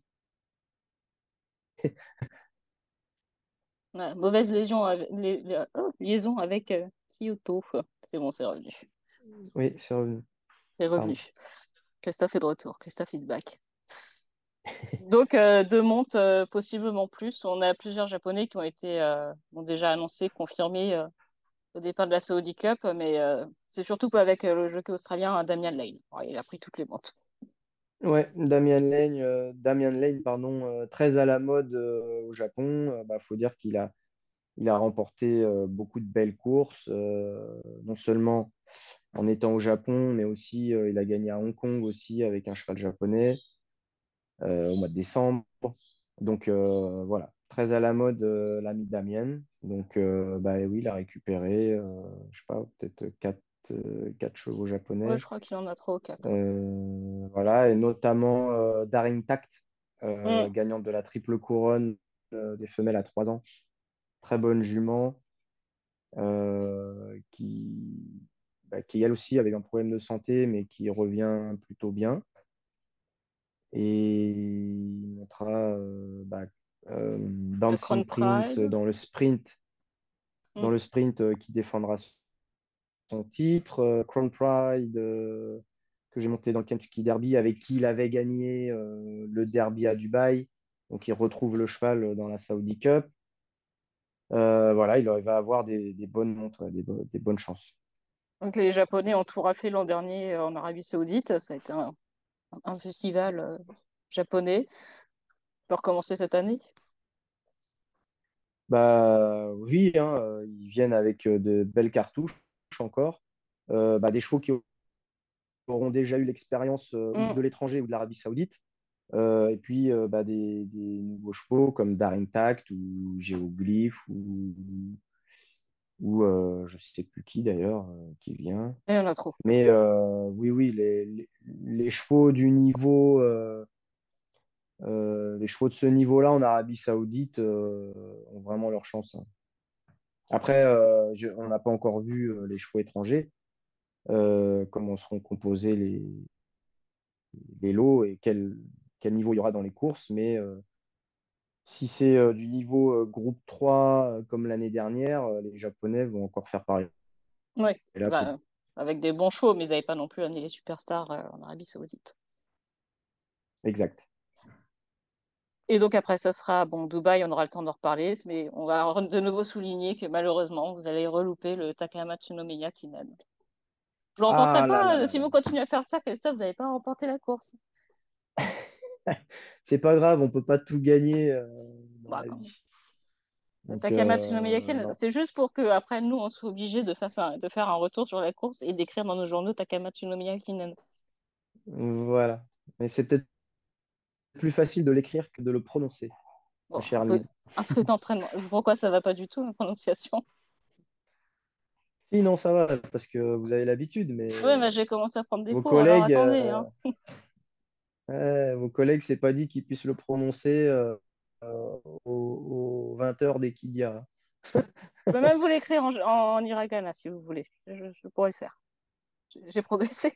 Ouais, mauvaise liaison avec, li- li- oh, liaison avec euh, Kyoto. C'est bon, c'est revenu. Oui, c'est revenu. C'est Pardon. revenu. Christophe est de retour. Christophe is back. Donc, euh, deux montes, euh, possiblement plus. On a plusieurs Japonais qui ont été euh, ont déjà annoncé, confirmé euh, au départ de la Saudi Cup, mais euh, c'est surtout pas avec euh, le jockey australien hein, Damian Lane. Ouais, il a pris toutes les montes. Ouais, Damian Lane, euh, Damian Lane, pardon, euh, très à la mode euh, au Japon. Euh, bah, faut dire qu'il a, il a remporté euh, beaucoup de belles courses, euh, non seulement en étant au Japon, mais aussi euh, il a gagné à Hong Kong aussi avec un cheval japonais euh, au mois de décembre. Donc euh, voilà, très à la mode euh, l'ami Damien. Donc euh, bah oui, il a récupéré, euh, je sais pas, peut-être quatre, euh, quatre chevaux Ouais, je japonais. crois qu'il en a trois ou quatre. Euh, voilà, et notamment euh, Daring Tact, Hmm. euh, gagnante de la triple couronne euh, des femelles à trois ans. Très bonne jument, euh, qui, bah, qui elle aussi avait un problème de santé, mais qui revient plutôt bien. Et il montrera euh, bah, euh, Le Crown Dancing Prince Pride. dans le sprint, Hmm. dans le sprint euh, qui défendra son titre. Euh, Crown Pride, euh, que j'ai monté dans le Kentucky Derby, avec qui il avait gagné euh, le derby à Dubaï. Donc il retrouve le cheval dans la Saudi Cup. Euh, voilà, il va avoir des, des bonnes montres, ouais, des, bo- des bonnes chances. Donc, les Japonais ont tout raflé l'an dernier euh, en Arabie Saoudite. Ça a été un, un festival euh, japonais. On peut recommencer cette année. Bah oui, hein, euh, ils viennent avec euh, de belles cartouches encore. Euh, bah, des chevaux qui auront déjà eu l'expérience euh, ou Hmm. de l'étranger ou de l'Arabie Saoudite. Euh, et puis euh, bah, des, des nouveaux chevaux comme Daring Tact ou Géoglyph ou, ou euh, je ne sais plus qui d'ailleurs euh, qui vient. Il y en a trop. Mais euh, oui, oui, les, les, les chevaux du niveau, euh, euh, les chevaux de ce niveau-là en Arabie Saoudite euh, ont vraiment leur chance, hein. Après, euh, je- on n'a pas encore vu euh, les chevaux étrangers, euh, comment seront composés les, les lots et quel, quel niveau il y aura dans les courses. Mais euh, si c'est euh, du niveau euh, groupe trois euh, comme l'année dernière, euh, les Japonais vont encore faire pareil. Oui, Et là, peu. bah, avec des bons chevaux, mais ils n'avaient pas non plus amené les superstars euh, en Arabie Saoudite. Exact. Et donc après, ce sera, bon, Dubaï, on aura le temps d'en reparler, mais on va re- de nouveau souligner que malheureusement, vous allez relouper le Takama Tsunomiya Kinan. Vous ne remporterez Ah là là pas, euh, là si là. vous continuez à faire ça, Christophe, vous n'allez pas remporter la course. C'est pas grave, on peut pas tout gagner euh, dans Bah, la quand même. vie. Le Donc, Takama Tsunomiya euh, Kinan, non. c'est juste pour que après nous, on soit obligé de faire, ça- de faire un retour sur la course et d'écrire dans nos journaux Takama Tsunomiya Kinan. Voilà. Mais c'est peut-être plus facile de l'écrire que de le prononcer, Bon, ma un chère peu, Louise. un peu d'entraînement. Pourquoi ça va pas du tout, la prononciation? Si, non, ça va, parce que vous avez l'habitude, mais Ouais, mais j'ai commencé à prendre des vos cours, alors collègues, attendez, hein. euh, ouais, vos collègues, c'est pas dit qu'ils puissent le prononcer euh, euh, aux, aux vingt heures d'Equidia. Je peux même vous l'écrire en, en hiragana si vous voulez. Je, je pourrais le faire. J'ai j'ai progressé.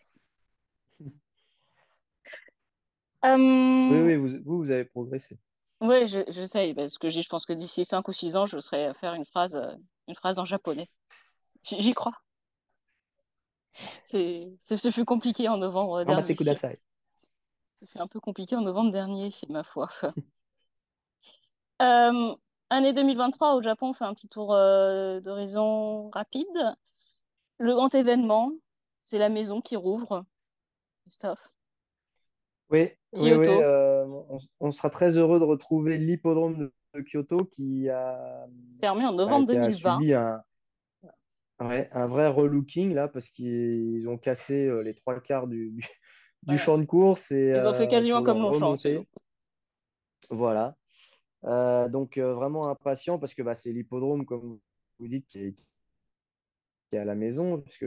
Oui, Euh, oui, vous, vous, vous avez progressé. ouais, je- j'essaye parce que j'y- je pense que d'ici cinq ou six ans, je serai faire une phrase, euh, une phrase en japonais. J'y j'y crois. C'est, c'est- ce fut compliqué en novembre Gambatte dernier. kudasai. Ce fut un peu compliqué en novembre dernier, ma foi. Euh, Année deux mille vingt-trois au Japon, on fait un petit tour euh, d'horizon rapide. Le grand événement, c'est la maison qui rouvre, Christophe. Oui, oui, oui. Kyoto, euh, on, on sera très heureux de retrouver l'hippodrome de, de Kyoto qui a, fermé en bah, novembre qui a deux mille vingt. subi un, ouais, un vrai relooking là, parce qu'ils ont cassé euh, les trois quarts du, du, du Ouais. champ de course et Ils ont fait euh, quasiment pour le comme Longchamp, c'est eux. remonter. Voilà. Euh, donc euh, vraiment impatient parce que bah, c'est l'hippodrome, comme vous dites, qui est, qui est à la maison, puisque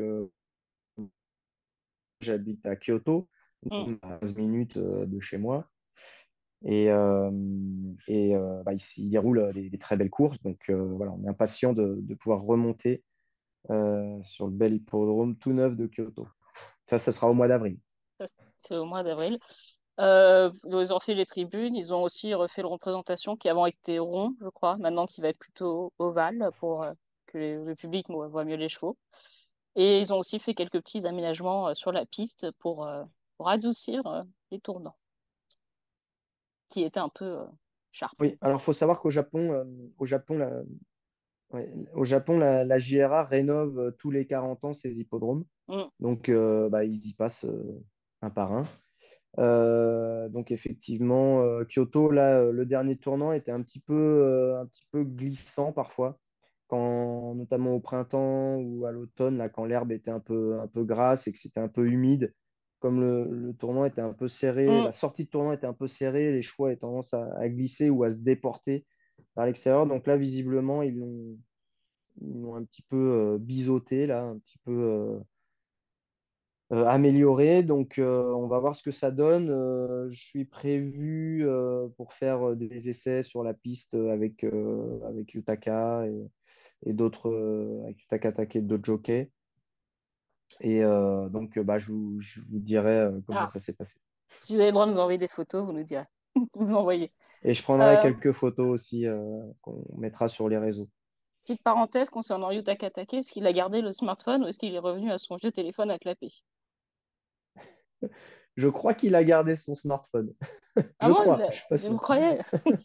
j'habite à Kyoto, Mm. donc à quinze minutes euh, de chez moi. Et, euh, et euh, bah, il, s- il déroule euh, des, des très belles courses. Donc euh, voilà, on est impatient de, de pouvoir remonter euh, sur le bel hippodrome tout neuf de Kyoto. Ça, ce sera au mois d'avril. Ça, c'est au mois d'avril. Euh, ils ont refait les tribunes, ils ont aussi refait la représentation qui avant était rond, je crois, maintenant qui va être plutôt ovale pour euh, que les- le public mo- voit mieux les chevaux. Et ils ont aussi fait quelques petits aménagements euh, sur la piste pour, euh, pour adoucir euh, les tournants, qui étaient un peu euh, charpeux. Oui, alors il faut savoir qu'au Japon, euh, au Japon, la, ouais, au Japon, la, la J R A rénove euh, tous les quarante ans ses hippodromes. Mm, Donc, euh, bah, ils y passent euh, un par un. Euh, donc effectivement, euh, Kyoto, là, euh, le dernier tournant était un petit peu, euh, un petit peu glissant parfois, quand, notamment au printemps ou à l'automne, là, quand l'herbe était un peu, un peu grasse et que c'était un peu humide. Comme le, le tournant était un peu serré, mm, la sortie de tournant était un peu serrée, les chevaux avaient tendance à, à glisser ou à se déporter vers l'extérieur. Donc là, visiblement, ils l'ont, ils l'ont un petit peu euh, biseauté, là, un petit peu. euh, euh, amélioré. Donc, euh, on va voir ce que ça donne. Euh, je suis prévu euh, pour faire euh, des essais sur la piste avec, euh, avec Yutaka et, et d'autres, euh, avec Yutaka Take et d'autres jockeys. Et euh, donc, euh, bah, je vous, je vous dirai euh, comment Ah, ça s'est passé. si vous avez le droit de nous envoyer des photos, vous nous direz. Vous envoyez. Et je prendrai Euh, quelques photos aussi euh, qu'on mettra sur les réseaux. Petite parenthèse concernant Yutaka Take, est-ce qu'il a gardé le smartphone ou est-ce qu'il est revenu à son vieux téléphone à clapper? Je crois qu'il a gardé son smartphone. Ah Je bon, crois, je il- suis pas vous sûr. croyez?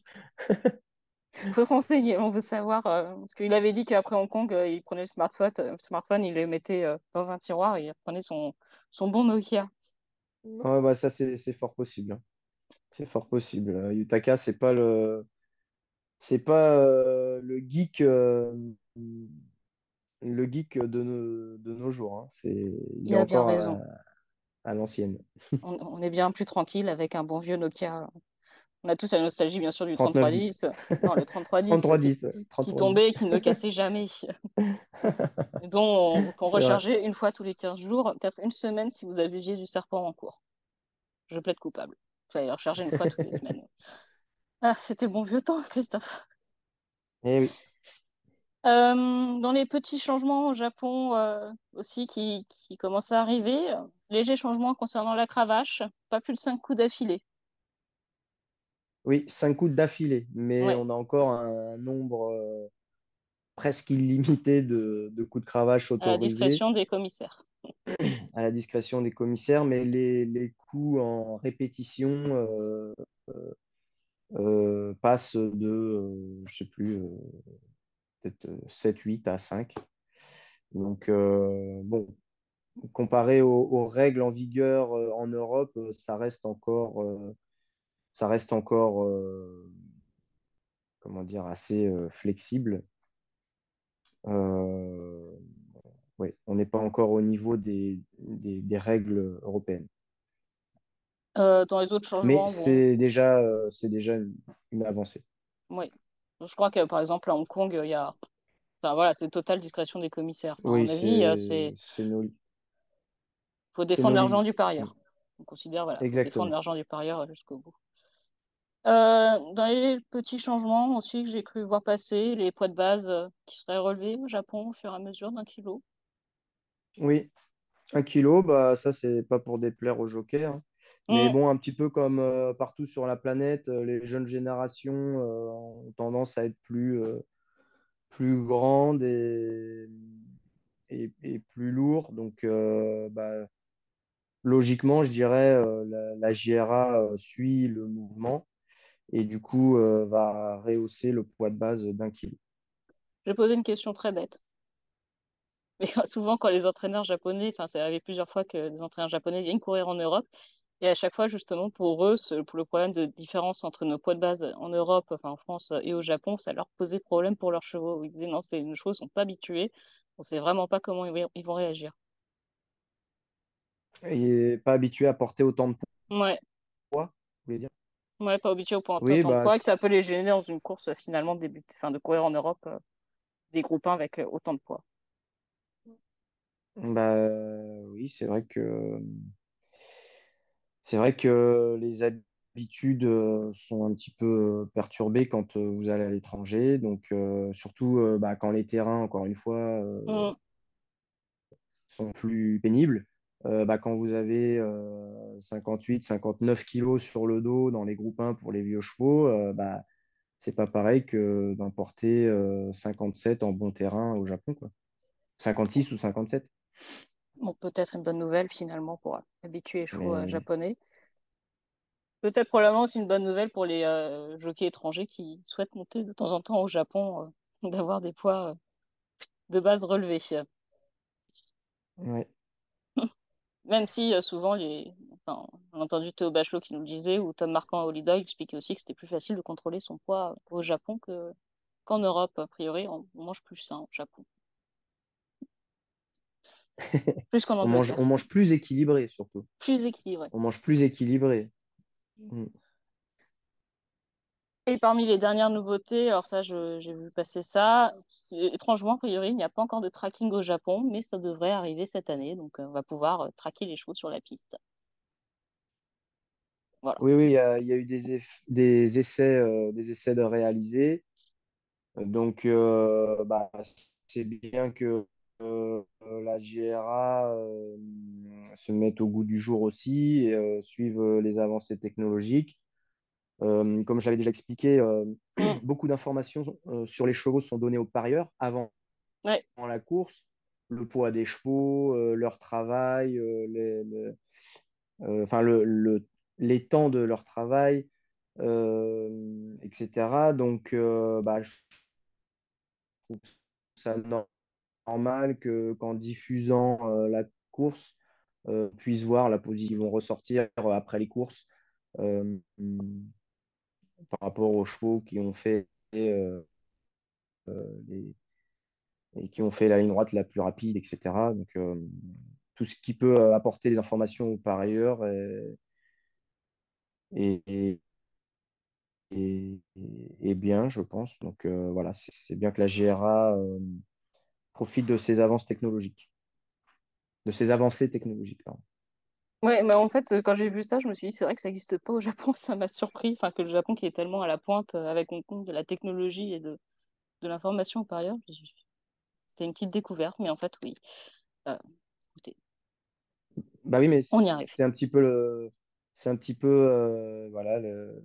Faut s'enseigner, on veut savoir. euh, parce qu'il avait dit qu'après Hong Kong, euh, il prenait le smartphone, euh, le smartphone, il le mettait euh, dans un tiroir et il prenait son, son bon Nokia. Ouais, bah, ça, c'est c'est fort possible, hein. C'est fort possible. Euh, Yutaka, c'est pas le c'est pas euh, le geek euh, le geek de nos, de nos jours, hein. C'est, il Il est a bien encore raison. à, à l'ancienne. On, on est bien plus tranquille avec un bon vieux Nokia. On a tous la nostalgie, bien sûr, du trente-neuf dix. trente-trois dix. Non, le trente-trois dix qui, trente-trois dix. qui trente-trois dix. tombait et qui ne cassait jamais. Et dont on, qu'on C'est vrai. rechargeait une fois tous les quinze jours, peut-être une semaine si vous abusiez du serpent en cours. Je plaide coupable. Il fallait le recharger une fois toutes les semaines. Ah, c'était le bon vieux temps, Christophe. Eh oui. Euh, dans les petits changements au Japon euh, aussi qui, qui commencent à arriver, euh, léger changement concernant la cravache, pas plus de cinq coups d'affilée. Oui, cinq coups d'affilée, mais Ouais, on a encore un nombre euh, presque illimité de, de coups de cravache à la autorisés discrétion des commissaires. à la discrétion des commissaires, mais les, les coups en répétition euh, euh, passent de, euh, je sais plus, euh, peut-être euh, sept huit à cinq. Donc, euh, bon, comparé aux, aux règles en vigueur euh, en Europe, euh, ça reste encore, euh, ça reste encore euh, comment dire, assez euh, flexible. Euh, oui, on n'est pas encore au niveau des, des, des règles européennes. Euh, dans les autres Mais changements, bon, c'est déjà, euh, c'est déjà une, une avancée. oui. Je crois que par exemple à Hong Kong, il y a, enfin voilà, c'est totale discrétion des commissaires. Enfin, Oui, en Asie, euh, c'est c'est, c'est nos, faut c'est défendre nos l'argent du limites. Mm. parieur. On considère, voilà, faut défendre Exactement. l'argent du parieur euh, jusqu'au bout. Euh, dans les petits changements aussi que j'ai cru voir passer, les poids de base euh, qui seraient relevés au Japon au fur et à mesure d'un kilo. Oui, un kilo, bah, ça, c'est pas pour déplaire aux jokers, hein. Mais Hum, bon, un petit peu comme euh, partout sur la planète, euh, les jeunes générations euh, ont tendance à être plus, euh, plus grandes et, et, et plus lourdes. Donc, euh, bah, logiquement, je dirais, euh, la, la J R A euh, suit le mouvement et du coup, euh, va rehausser le poids de base d'un kilo. je vais poser une question très bête. Mais souvent, quand les entraîneurs japonais, enfin, c'est arrivé plusieurs fois que les entraîneurs japonais viennent courir en Europe, et à chaque fois, justement, pour eux, ce- pour le problème de différence entre nos poids de base en Europe, enfin en France et au Japon, ça leur posait problème pour leurs chevaux. Ils disaient non, c'est nos chevaux sont pas habitués, on sait vraiment pas comment ils vont ils vont réagir. Et pas habitué à porter autant de Ouais, poids, vous voulez dire? ouais, pas habitués au point Oui, autant de bah, poids, et que c- ça peut les gêner dans une course euh, finalement de début, enfin de courir en Europe, euh, des groupes un avec euh, autant de poids. bah, oui, c'est vrai que c'est vrai que les habitudes euh, sont un petit peu euh, perturbées quand euh, vous allez à l'étranger. Donc, euh, surtout euh, bah, quand les terrains, encore une fois, euh, Hum, sont plus pénibles. Euh, bah, quand vous avez euh, cinquante-huit, cinquante-neuf kilos sur le dos dans les groupes un pour les vieux chevaux, euh, bah, c'est pas pareil que d'emporter euh, cinquante-sept en bon terrain au Japon, quoi. cinquante-six ou cinquante-sept. Bon, peut-être une bonne nouvelle finalement pour euh, habituer les chevaux euh, Mais japonais. Peut-être probablement aussi une bonne nouvelle pour les euh, jockeys étrangers qui souhaitent monter de temps en temps au Japon, euh, d'avoir des poids euh, de base relevés. ouais. Même si euh, souvent, les... enfin, on a entendu Théo Bachelot qui nous le disait, ou Tom Marquand à Holiday expliquait aussi que c'était plus facile de contrôler son poids au Japon que... qu'en Europe. A priori, on, on mange plus sain au Japon, plus qu'en On mange, on Angleterre, mange plus équilibré surtout. plus équilibré. On mange plus équilibré. Mm. Et parmi les dernières nouveautés, alors ça, je- j'ai vu passer ça. c'est- Étrangement, a priori, il n'y a pas encore de tracking au Japon, mais ça devrait arriver cette année. Donc, euh, on va pouvoir euh, traquer les chevaux sur la piste. Voilà. Oui, oui, il y a, il y a eu des, eff- des essais, euh, des essais de réaliser. Donc, euh, bah, c'est bien que euh, la J R A euh, se mette au goût du jour aussi et euh, suive euh, les avancées technologiques. Euh, comme j'avais déjà expliqué, euh, Mm. beaucoup d'informations euh, sur les chevaux sont données aux parieurs avant Ouais. la course. Le poids des chevaux, euh, leur travail, euh, les, les- euh, enfin le, le- les temps de leur travail, euh, et cetera. Donc, euh, bah, je trouve ça normal que qu'en diffusant euh, la course, euh, on puisse voir la position qui vont ressortir euh, après les courses euh, par rapport aux chevaux qui ont fait euh, les, et qui ont fait la ligne droite la plus rapide, et cetera. Donc, euh, tout ce qui peut euh, apporter des informations par ailleurs est, est, est- est- est bien, je pense. Donc, euh, voilà, c'est c'est bien que la G R A euh, profite de ces avances technologiques, de ces avancées technologiques, pardon. Ouais, mais en fait, euh, quand j'ai vu ça, je me suis dit, c'est vrai que ça n'existe pas au Japon, ça m'a surpris. Enfin, que le Japon qui est tellement à la pointe euh, avec Hong Kong de la technologie et de, de l'information par ailleurs, je- je- c'était une petite découverte, mais en fait, oui. Euh, écoutez, Bah oui, mais on y arrive. c'est un petit peu le, c'est un petit peu, euh, voilà, le,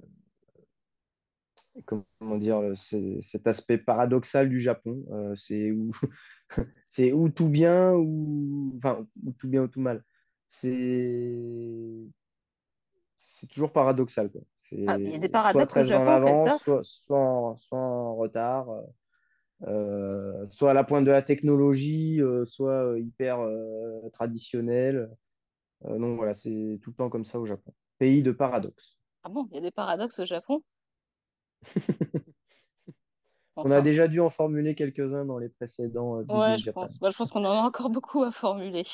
comment dire, le- c'est cet aspect paradoxal du Japon. Euh, c'est où, c'est ou tout bien ou, enfin, ou tout bien ou tout mal. C'est, c'est toujours paradoxal, quoi. Ah, il y C'est a des soit paradoxes au très en Japon, avance, Christophe. soit, soit en, soit en retard, euh, soit à la pointe de la technologie, euh, soit euh, hyper euh, traditionnel. Euh, donc voilà, c'est tout le temps comme ça au Japon. Pays de paradoxes. Ah bon, il y a des paradoxes au Japon? On a Enfin, déjà dû en formuler quelques-uns dans les précédents euh, Big ouais, in je Japan. pense. Bah, je pense qu'on en a encore beaucoup à formuler.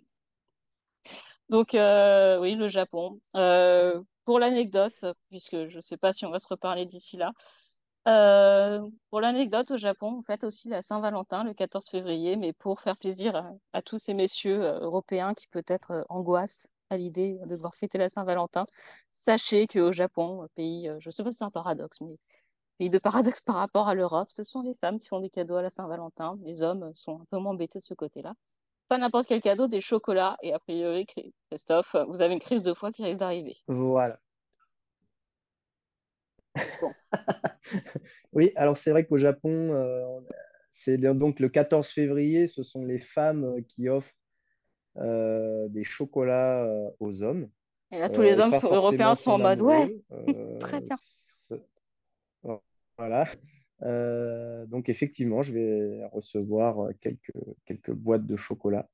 Donc, euh, oui, le Japon. Euh, pour l'anecdote, puisque je ne sais pas si on va se reparler d'ici là, euh, pour l'anecdote, au Japon, on fête aussi la Saint-Valentin le quatorze février, mais pour faire plaisir à, à tous ces messieurs euh, européens qui peut-être euh, angoissent à l'idée de devoir fêter la Saint-Valentin, sachez qu'au Japon, pays, euh, je sais pas si c'est un paradoxe, mais pays de paradoxe par rapport à l'Europe, ce sont les femmes qui font des cadeaux à la Saint-Valentin. Les hommes sont un peu moins embêtés de ce côté-là. Pas n'importe quel cadeau, des chocolats. Et a priori, Christophe, vous avez une crise de foie qui risque d'arriver. Voilà. Bon, Oui, alors c'est vrai qu'au Japon, euh, on- c'est donc le quatorze février, ce sont les femmes euh, qui offrent euh, des chocolats euh, aux hommes, et là, tous euh, les et hommes pas sont, européens forcément sont en son mode, ouais, amoureux. très Euh, bien. ce- voilà. Euh, donc effectivement, je vais recevoir quelques, quelques boîtes de chocolat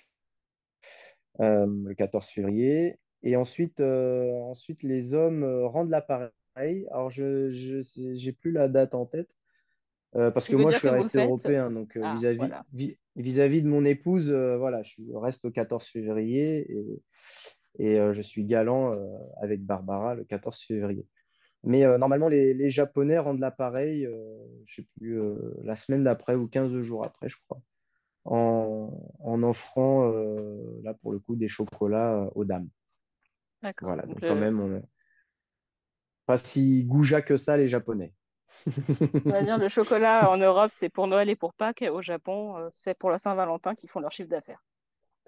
euh, le quatorze février. Et ensuite, euh, ensuite, les hommes euh, rendent l'appareil. Alors, je je j'ai plus la date en tête, euh, parce Tu que veux moi, je dire que suis vous le resté faites? européen. Donc, euh, Ah, vis-à-vis voilà. vi- vis-à-vis de mon épouse, euh, voilà, je reste au quatorze février et, et euh, je suis galant euh, avec Barbara le quatorze février. Mais euh, normalement, les, les Japonais rendent l'appareil, euh, je sais plus, euh, la semaine d'après ou quinze jours après, je crois, en, en offrant, euh, là, pour le coup, des chocolats euh, aux dames. D'accord. Voilà, Donc, donc quand le, même, on n'est pas si goujat que ça, les Japonais. on va dire le chocolat en Europe, c'est pour Noël et pour Pâques. Et au Japon, euh, c'est pour la Saint-Valentin qu'ils font leur chiffre d'affaires.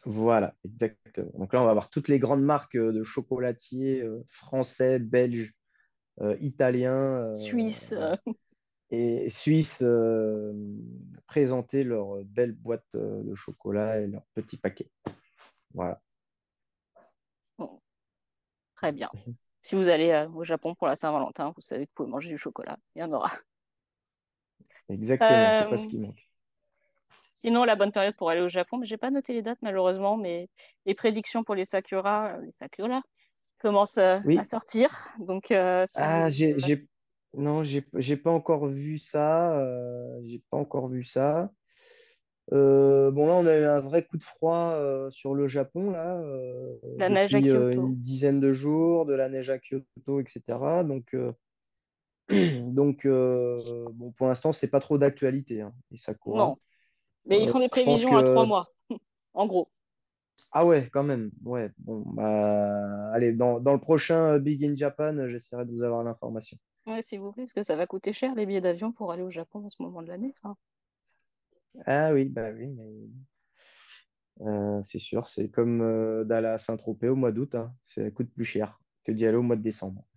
Voilà, exactement. Donc là, on va avoir toutes les grandes marques euh, de chocolatiers euh, français, belges, euh, italiens euh, Suisse. euh, voilà, et suisses euh, présenter leurs belles boîtes euh, de chocolat et leurs petits paquets. Voilà, bon, très bien. Si vous allez euh, au Japon pour la Saint-Valentin, vous savez que vous pouvez manger du chocolat. Il y en aura. exactement, c'est pas ce Euh, qui manque. Sinon, la bonne période pour aller au Japon, mais j'ai pas noté les dates malheureusement, mais les prédictions pour les sakura, euh, les sakura commencent euh, à Oui, sortir. Donc, euh, si ah, vous... j'ai, j'ai, non, j'ai, j'ai pas encore vu ça. Euh, j'ai pas encore vu ça. Euh, bon, là, on a eu un vrai coup de froid euh, sur le Japon, là, euh, La neige à depuis euh, Kyoto. une dizaine de jours, de la neige à Kyoto, et cetera. Donc, euh, donc euh, bon, pour l'instant, c'est pas trop d'actualité, hein, les Non, Sakura. mais ils Euh, font des je pense prévisions à trois que. mois, en gros. Ah ouais, quand même. Ouais, bon, bah, allez, dans, dans le prochain euh, Big in Japan, euh, j'essaierai de vous avoir l'information. Ouais, s'il vous plaît, parce que ça va coûter cher les billets d'avion pour aller au Japon à ce moment de l'année. Enfin, Ah oui, bah oui, mais euh, c'est sûr, c'est comme euh, d'aller à Saint-Tropez au mois d'août, hein. Ça coûte plus cher que d'y aller au mois de décembre.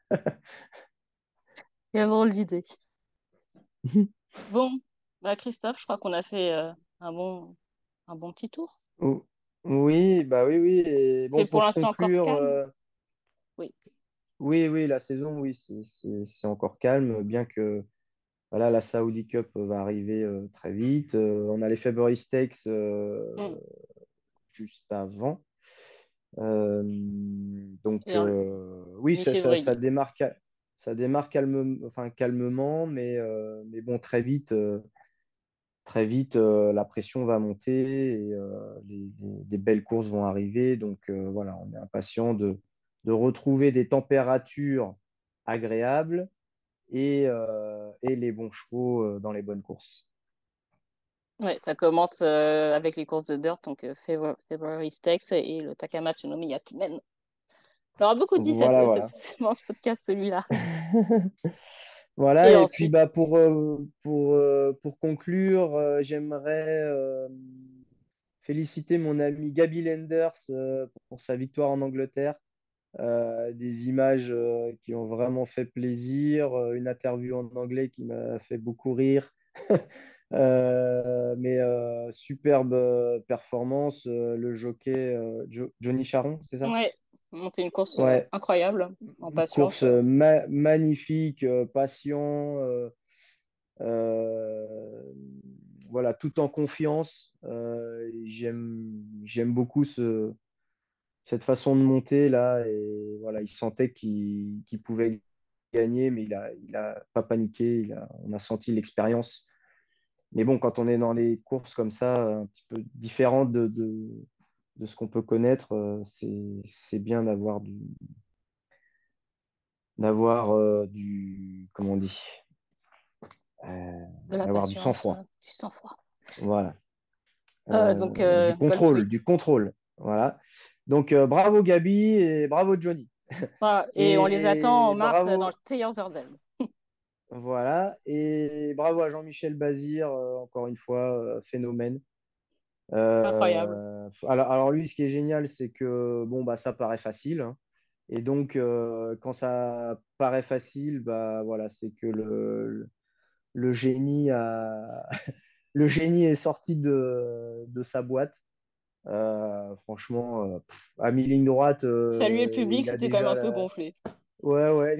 quelle drôle d'idée. Bon, bah Christophe, je crois qu'on a fait euh, un bon, un bon petit tour. O- Oui, bah oui, oui. Et C'est bon, pour pour l'instant encore conclure, calme. euh, Oui, oui, oui, la saison, oui, c'est c'est- c'est encore calme, bien que voilà, la Saudi Cup va arriver euh, très vite. Euh, on a les February Stakes euh, mm. juste avant. Euh, donc, C'est-à-dire le euh, oui, ça, ça, ça mi-février. démarre, cal- ça démarre calme, enfin, calmement, mais, euh, mais bon, très vite. euh, très vite, euh, la pression va monter et euh, les, les- des belles courses vont arriver. Donc euh, voilà, on est impatient de, de retrouver des températures agréables et, euh, et les bons chevaux euh, dans les bonnes courses. Ouais, ça commence euh, avec les courses de dirt, donc euh, February February Stakes et le Takamatsu no Miyakimen. On aura beaucoup dit cette, Voilà, cette, voilà. ce podcast, celui-là. Voilà, Et et puis ensuite, bah, pour, euh, pour, euh, pour conclure, euh, j'aimerais euh, féliciter mon ami Gaby Lenders euh, pour sa victoire en Angleterre. Euh, des images euh, qui ont vraiment fait plaisir, euh, une interview en anglais qui m'a fait beaucoup rire. Euh, mais euh, superbe euh, performance, euh, le jockey euh, Jo- Johnny Charon, c'est ça? ouais, monter une course euh, Ouais, incroyable, en une course patience. euh, ma- magnifique, euh, patient, euh, euh, voilà, tout en confiance. Euh, j'aime, j'aime beaucoup ce, cette façon de monter là et voilà, il sentait qu'il qu'il pouvait gagner, mais il a, il a pas paniqué. Il a, on a senti l'expérience. Mais bon, quand on est dans les courses comme ça, un petit peu différentes de, de, de ce qu'on peut connaître, euh, c'est, c'est bien d'avoir du, d'avoir euh, du, comment on dit, Euh, De la d'avoir du patience, euh, sang-froid. du sang-froid. Voilà. Euh, donc, Euh, euh, du Goldwing. contrôle, du contrôle. Voilà. Donc, euh, bravo Gabi et bravo Johnny. Voilà. Et on les attend en Et mars euh, dans le bravo, Stayers Hurdle. voilà. Et bravo à Jean-Michel Bazir, euh, encore une fois, euh, phénomène. Incroyable. Euh, alors, alors lui, ce qui est génial, c'est que bon, bah, ça paraît facile, hein. Et donc, euh, quand ça paraît facile, bah, voilà, c'est que le, le génie a... le génie est sorti de, de sa boîte. Euh, franchement, euh, pff, à mi-ligne droite, Saluer le euh, public, il a c'était quand même un déjà peu la... gonflé. Ouais, ouais.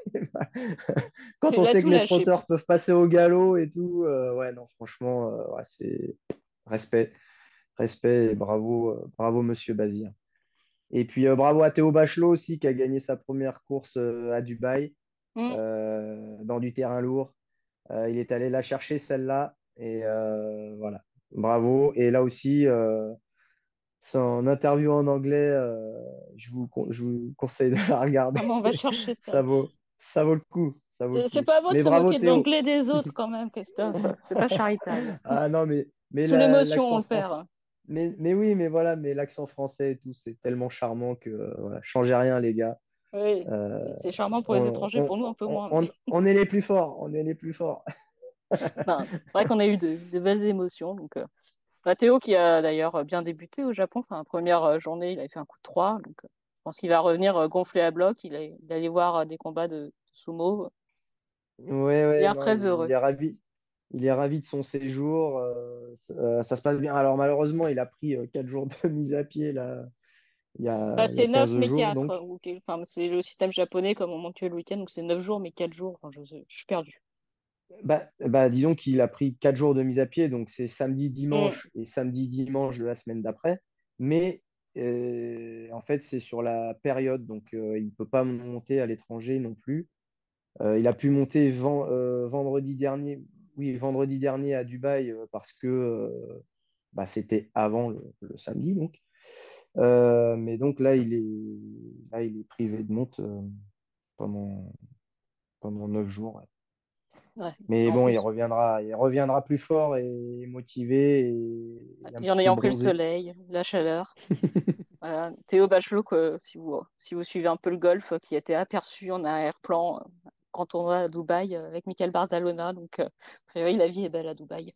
Quand Il on a sait tout que les lâché. trotteurs peuvent passer au galop et tout, euh, ouais, non, franchement, euh, ouais, c'est respect, respect et bravo, euh, bravo, monsieur Bazir. Et puis euh, bravo à Théo Bachelot aussi qui a gagné sa première course euh, à Dubaï Hmm. euh, dans du terrain lourd. Euh, il est allé la chercher celle-là et euh, voilà, bravo. Et là aussi, euh, son interview en anglais, euh, je vous, con- je vous conseille de la Ah, regarder. bon, on va chercher ça. Ça vaut, ça vaut le coup, ça vaut le C'est c'est coup. pas beau de Mais se bravo moquer de Théo. l'anglais des autres quand même, Christophe. C'est pas charitable. Ah non, mais, mais Sous la- l'émotion, on l'accent le perd. français. Hein. Mais, mais oui, mais voilà, mais l'accent français et tout, c'est tellement charmant que euh, voilà, changez rien, les gars. Oui, Euh, c'est c'est charmant pour les on, étrangers, on, pour nous un peu on, moins. on, Mais... on est les plus forts, on est les plus forts. Ben, c'est vrai qu'on a eu de, de belles émotions. Donc, euh, Bah, Théo qui a d'ailleurs bien débuté au Japon. Enfin, première euh, journée, il avait fait un coup de trois. Donc, euh, je pense qu'il va revenir euh, gonflé à bloc. Il, est- il allait voir euh, des combats de, de sumo. Ouais, Il a ouais, l'air non, très il, heureux. il est ravi. Il est ravi de son séjour. Euh, ça, euh, ça se passe bien. Alors malheureusement, il a pris euh, quatre jours de mise à pied là, il y Bah, a, il y a c'est neuf quinze mais jours quatre. donc. Ou quel- Enfin, c'est le système japonais comme on manque le week-end. Donc, c'est neuf jours mais quatre jours. Enfin, je, je suis perdue. Bah, bah, disons qu'il a pris quatre jours de mise à pied, donc c'est samedi, Hmm. dimanche et samedi, dimanche de la semaine d'après. Mais euh, en fait, c'est sur la période, donc euh, il ne peut pas monter à l'étranger non plus. Euh, il a pu monter ven- euh, vendredi dernier, oui, vendredi dernier à Dubaï euh, parce que euh, bah, c'était avant le, le samedi, donc. Euh, mais donc là, il est, là, il est privé de monte euh, pendant, pendant neuf jours. Ouais. Ouais. Mais En bon, il plus, reviendra, il reviendra plus fort et motivé et, et un et en petit peu ayant pris le bronzé. soleil, la chaleur. Voilà. Théo Bachelot, que, si vous, si vous suivez un peu le golf, euh, qui était aperçu en arrière-plan euh, grand tournoi à Dubaï euh, avec Michael Barzalona. Donc, euh, a priori, la vie est belle à Dubaï.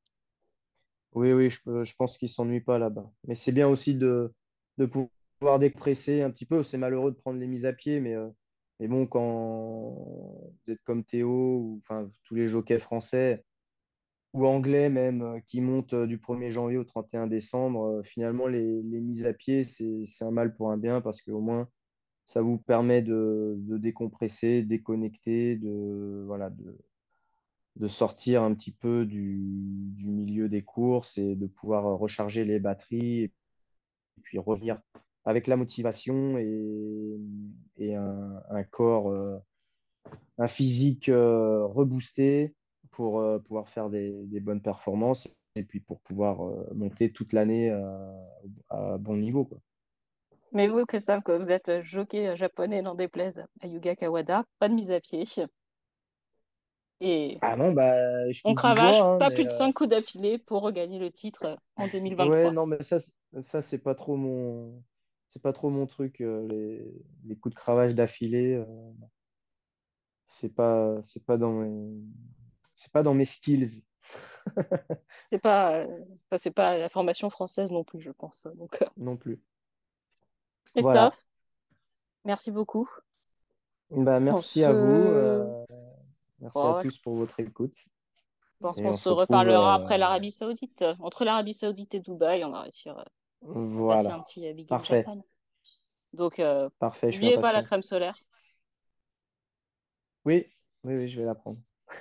Oui, oui, je, peux- je pense qu'il s'ennuie pas là-bas. Mais c'est bien aussi de, de pouvoir décompresser un petit peu. C'est malheureux de prendre les mises à pied, mais, euh, mais bon, quand vous êtes comme Théo, ou enfin tous les jockeys français ou anglais même, euh, qui montent euh, du premier janvier au trente et un décembre, euh, finalement, les, les mises à pied, c'est, c'est un mal pour un bien parce qu'au moins, ça vous permet de, de décompresser, déconnecter, de, voilà, de, de sortir un petit peu du, du milieu des courses et de pouvoir euh, recharger les batteries et puis revenir avec la motivation et, et un, un corps, euh, un physique euh, reboosté pour euh, pouvoir faire des, des bonnes performances et puis pour pouvoir euh, monter toute l'année à, à bon niveau, quoi. Mais vous, Christophe, que vous êtes jockey japonais, n'en déplaise à Yuga Kawada, pas de mise à pied. Et Ah non, bah, je on touche du bois, cravache hein, pas plus mais de euh, cinq coups d'affilée pour regagner le titre en ouais, deux mille vingt-trois. non, mais ça, c'est- ça c'est pas trop mon, c'est pas trop mon truc. euh, les, les coups de cravache d'affilée, euh, c'est pas, c'est pas dans mes, c'est pas dans mes skills C'est pas, euh, enfin, c'est pas la formation française non plus, je pense. Donc, euh, non plus. Voilà. Christophe, merci beaucoup. Bah, On merci à vous. se, euh, merci à bon, tous pour votre écoute. je pense Et qu'on on se se retrouve. reparlera après euh, l'Arabie Saoudite. Entre l'Arabie Saoudite et Dubaï, on va réussir à passer voilà. un petit euh, Big in Parfait. Japan. Donc, euh, Parfait, je suis n'oubliez pas la impatient. crème solaire. Oui, oui, oui, je vais l'apprendre.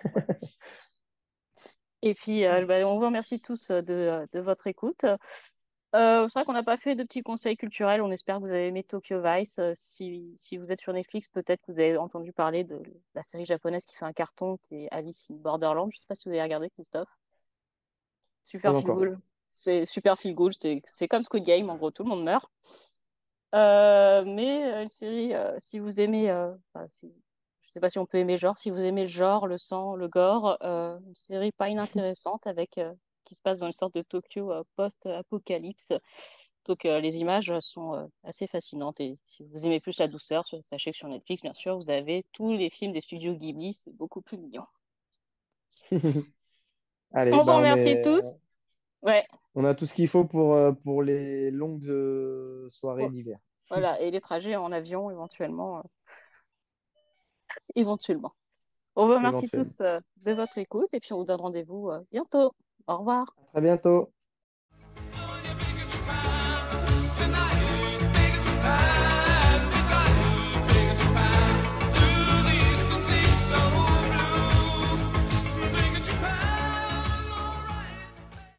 Et puis, euh, bah, on vous remercie tous euh, de, euh, de votre écoute. Euh, c'est vrai qu'on n'a pas fait de petits conseils culturels. On espère que vous avez aimé Tokyo Vice. Euh, si, si vous êtes sur Netflix, peut-être que vous avez entendu parler de la série japonaise qui fait un carton, qui est Alice in Borderland. Je ne sais pas si vous avez regardé, Christophe. Pas Super feel encore. good. C'est super feel good. C'est c'est comme Squid Game, en gros, tout le monde meurt. Euh, mais euh, une série, euh, si vous aimez, euh, enfin, si- je sais pas si on peut aimer le genre, si vous aimez le genre, le sang, le gore, euh, une série pas inintéressante avec euh, qui se passe dans une sorte de Tokyo euh, post-apocalypse. Donc euh, les images sont euh, assez fascinantes et si vous aimez plus la douceur, sur- sachez que sur Netflix, bien sûr, vous avez tous les films des studios Ghibli, c'est beaucoup plus mignon. Allez, On vous bah on remercie est, tous. Ouais, on a tout ce qu'il faut pour, euh, pour les longues euh, soirées vo- d'hiver, voilà, et les trajets en avion éventuellement, euh, éventuellement. On vous remercie éventuellement. tous euh, de votre écoute et puis on vous donne rendez-vous euh, bientôt. Au revoir. À très bientôt.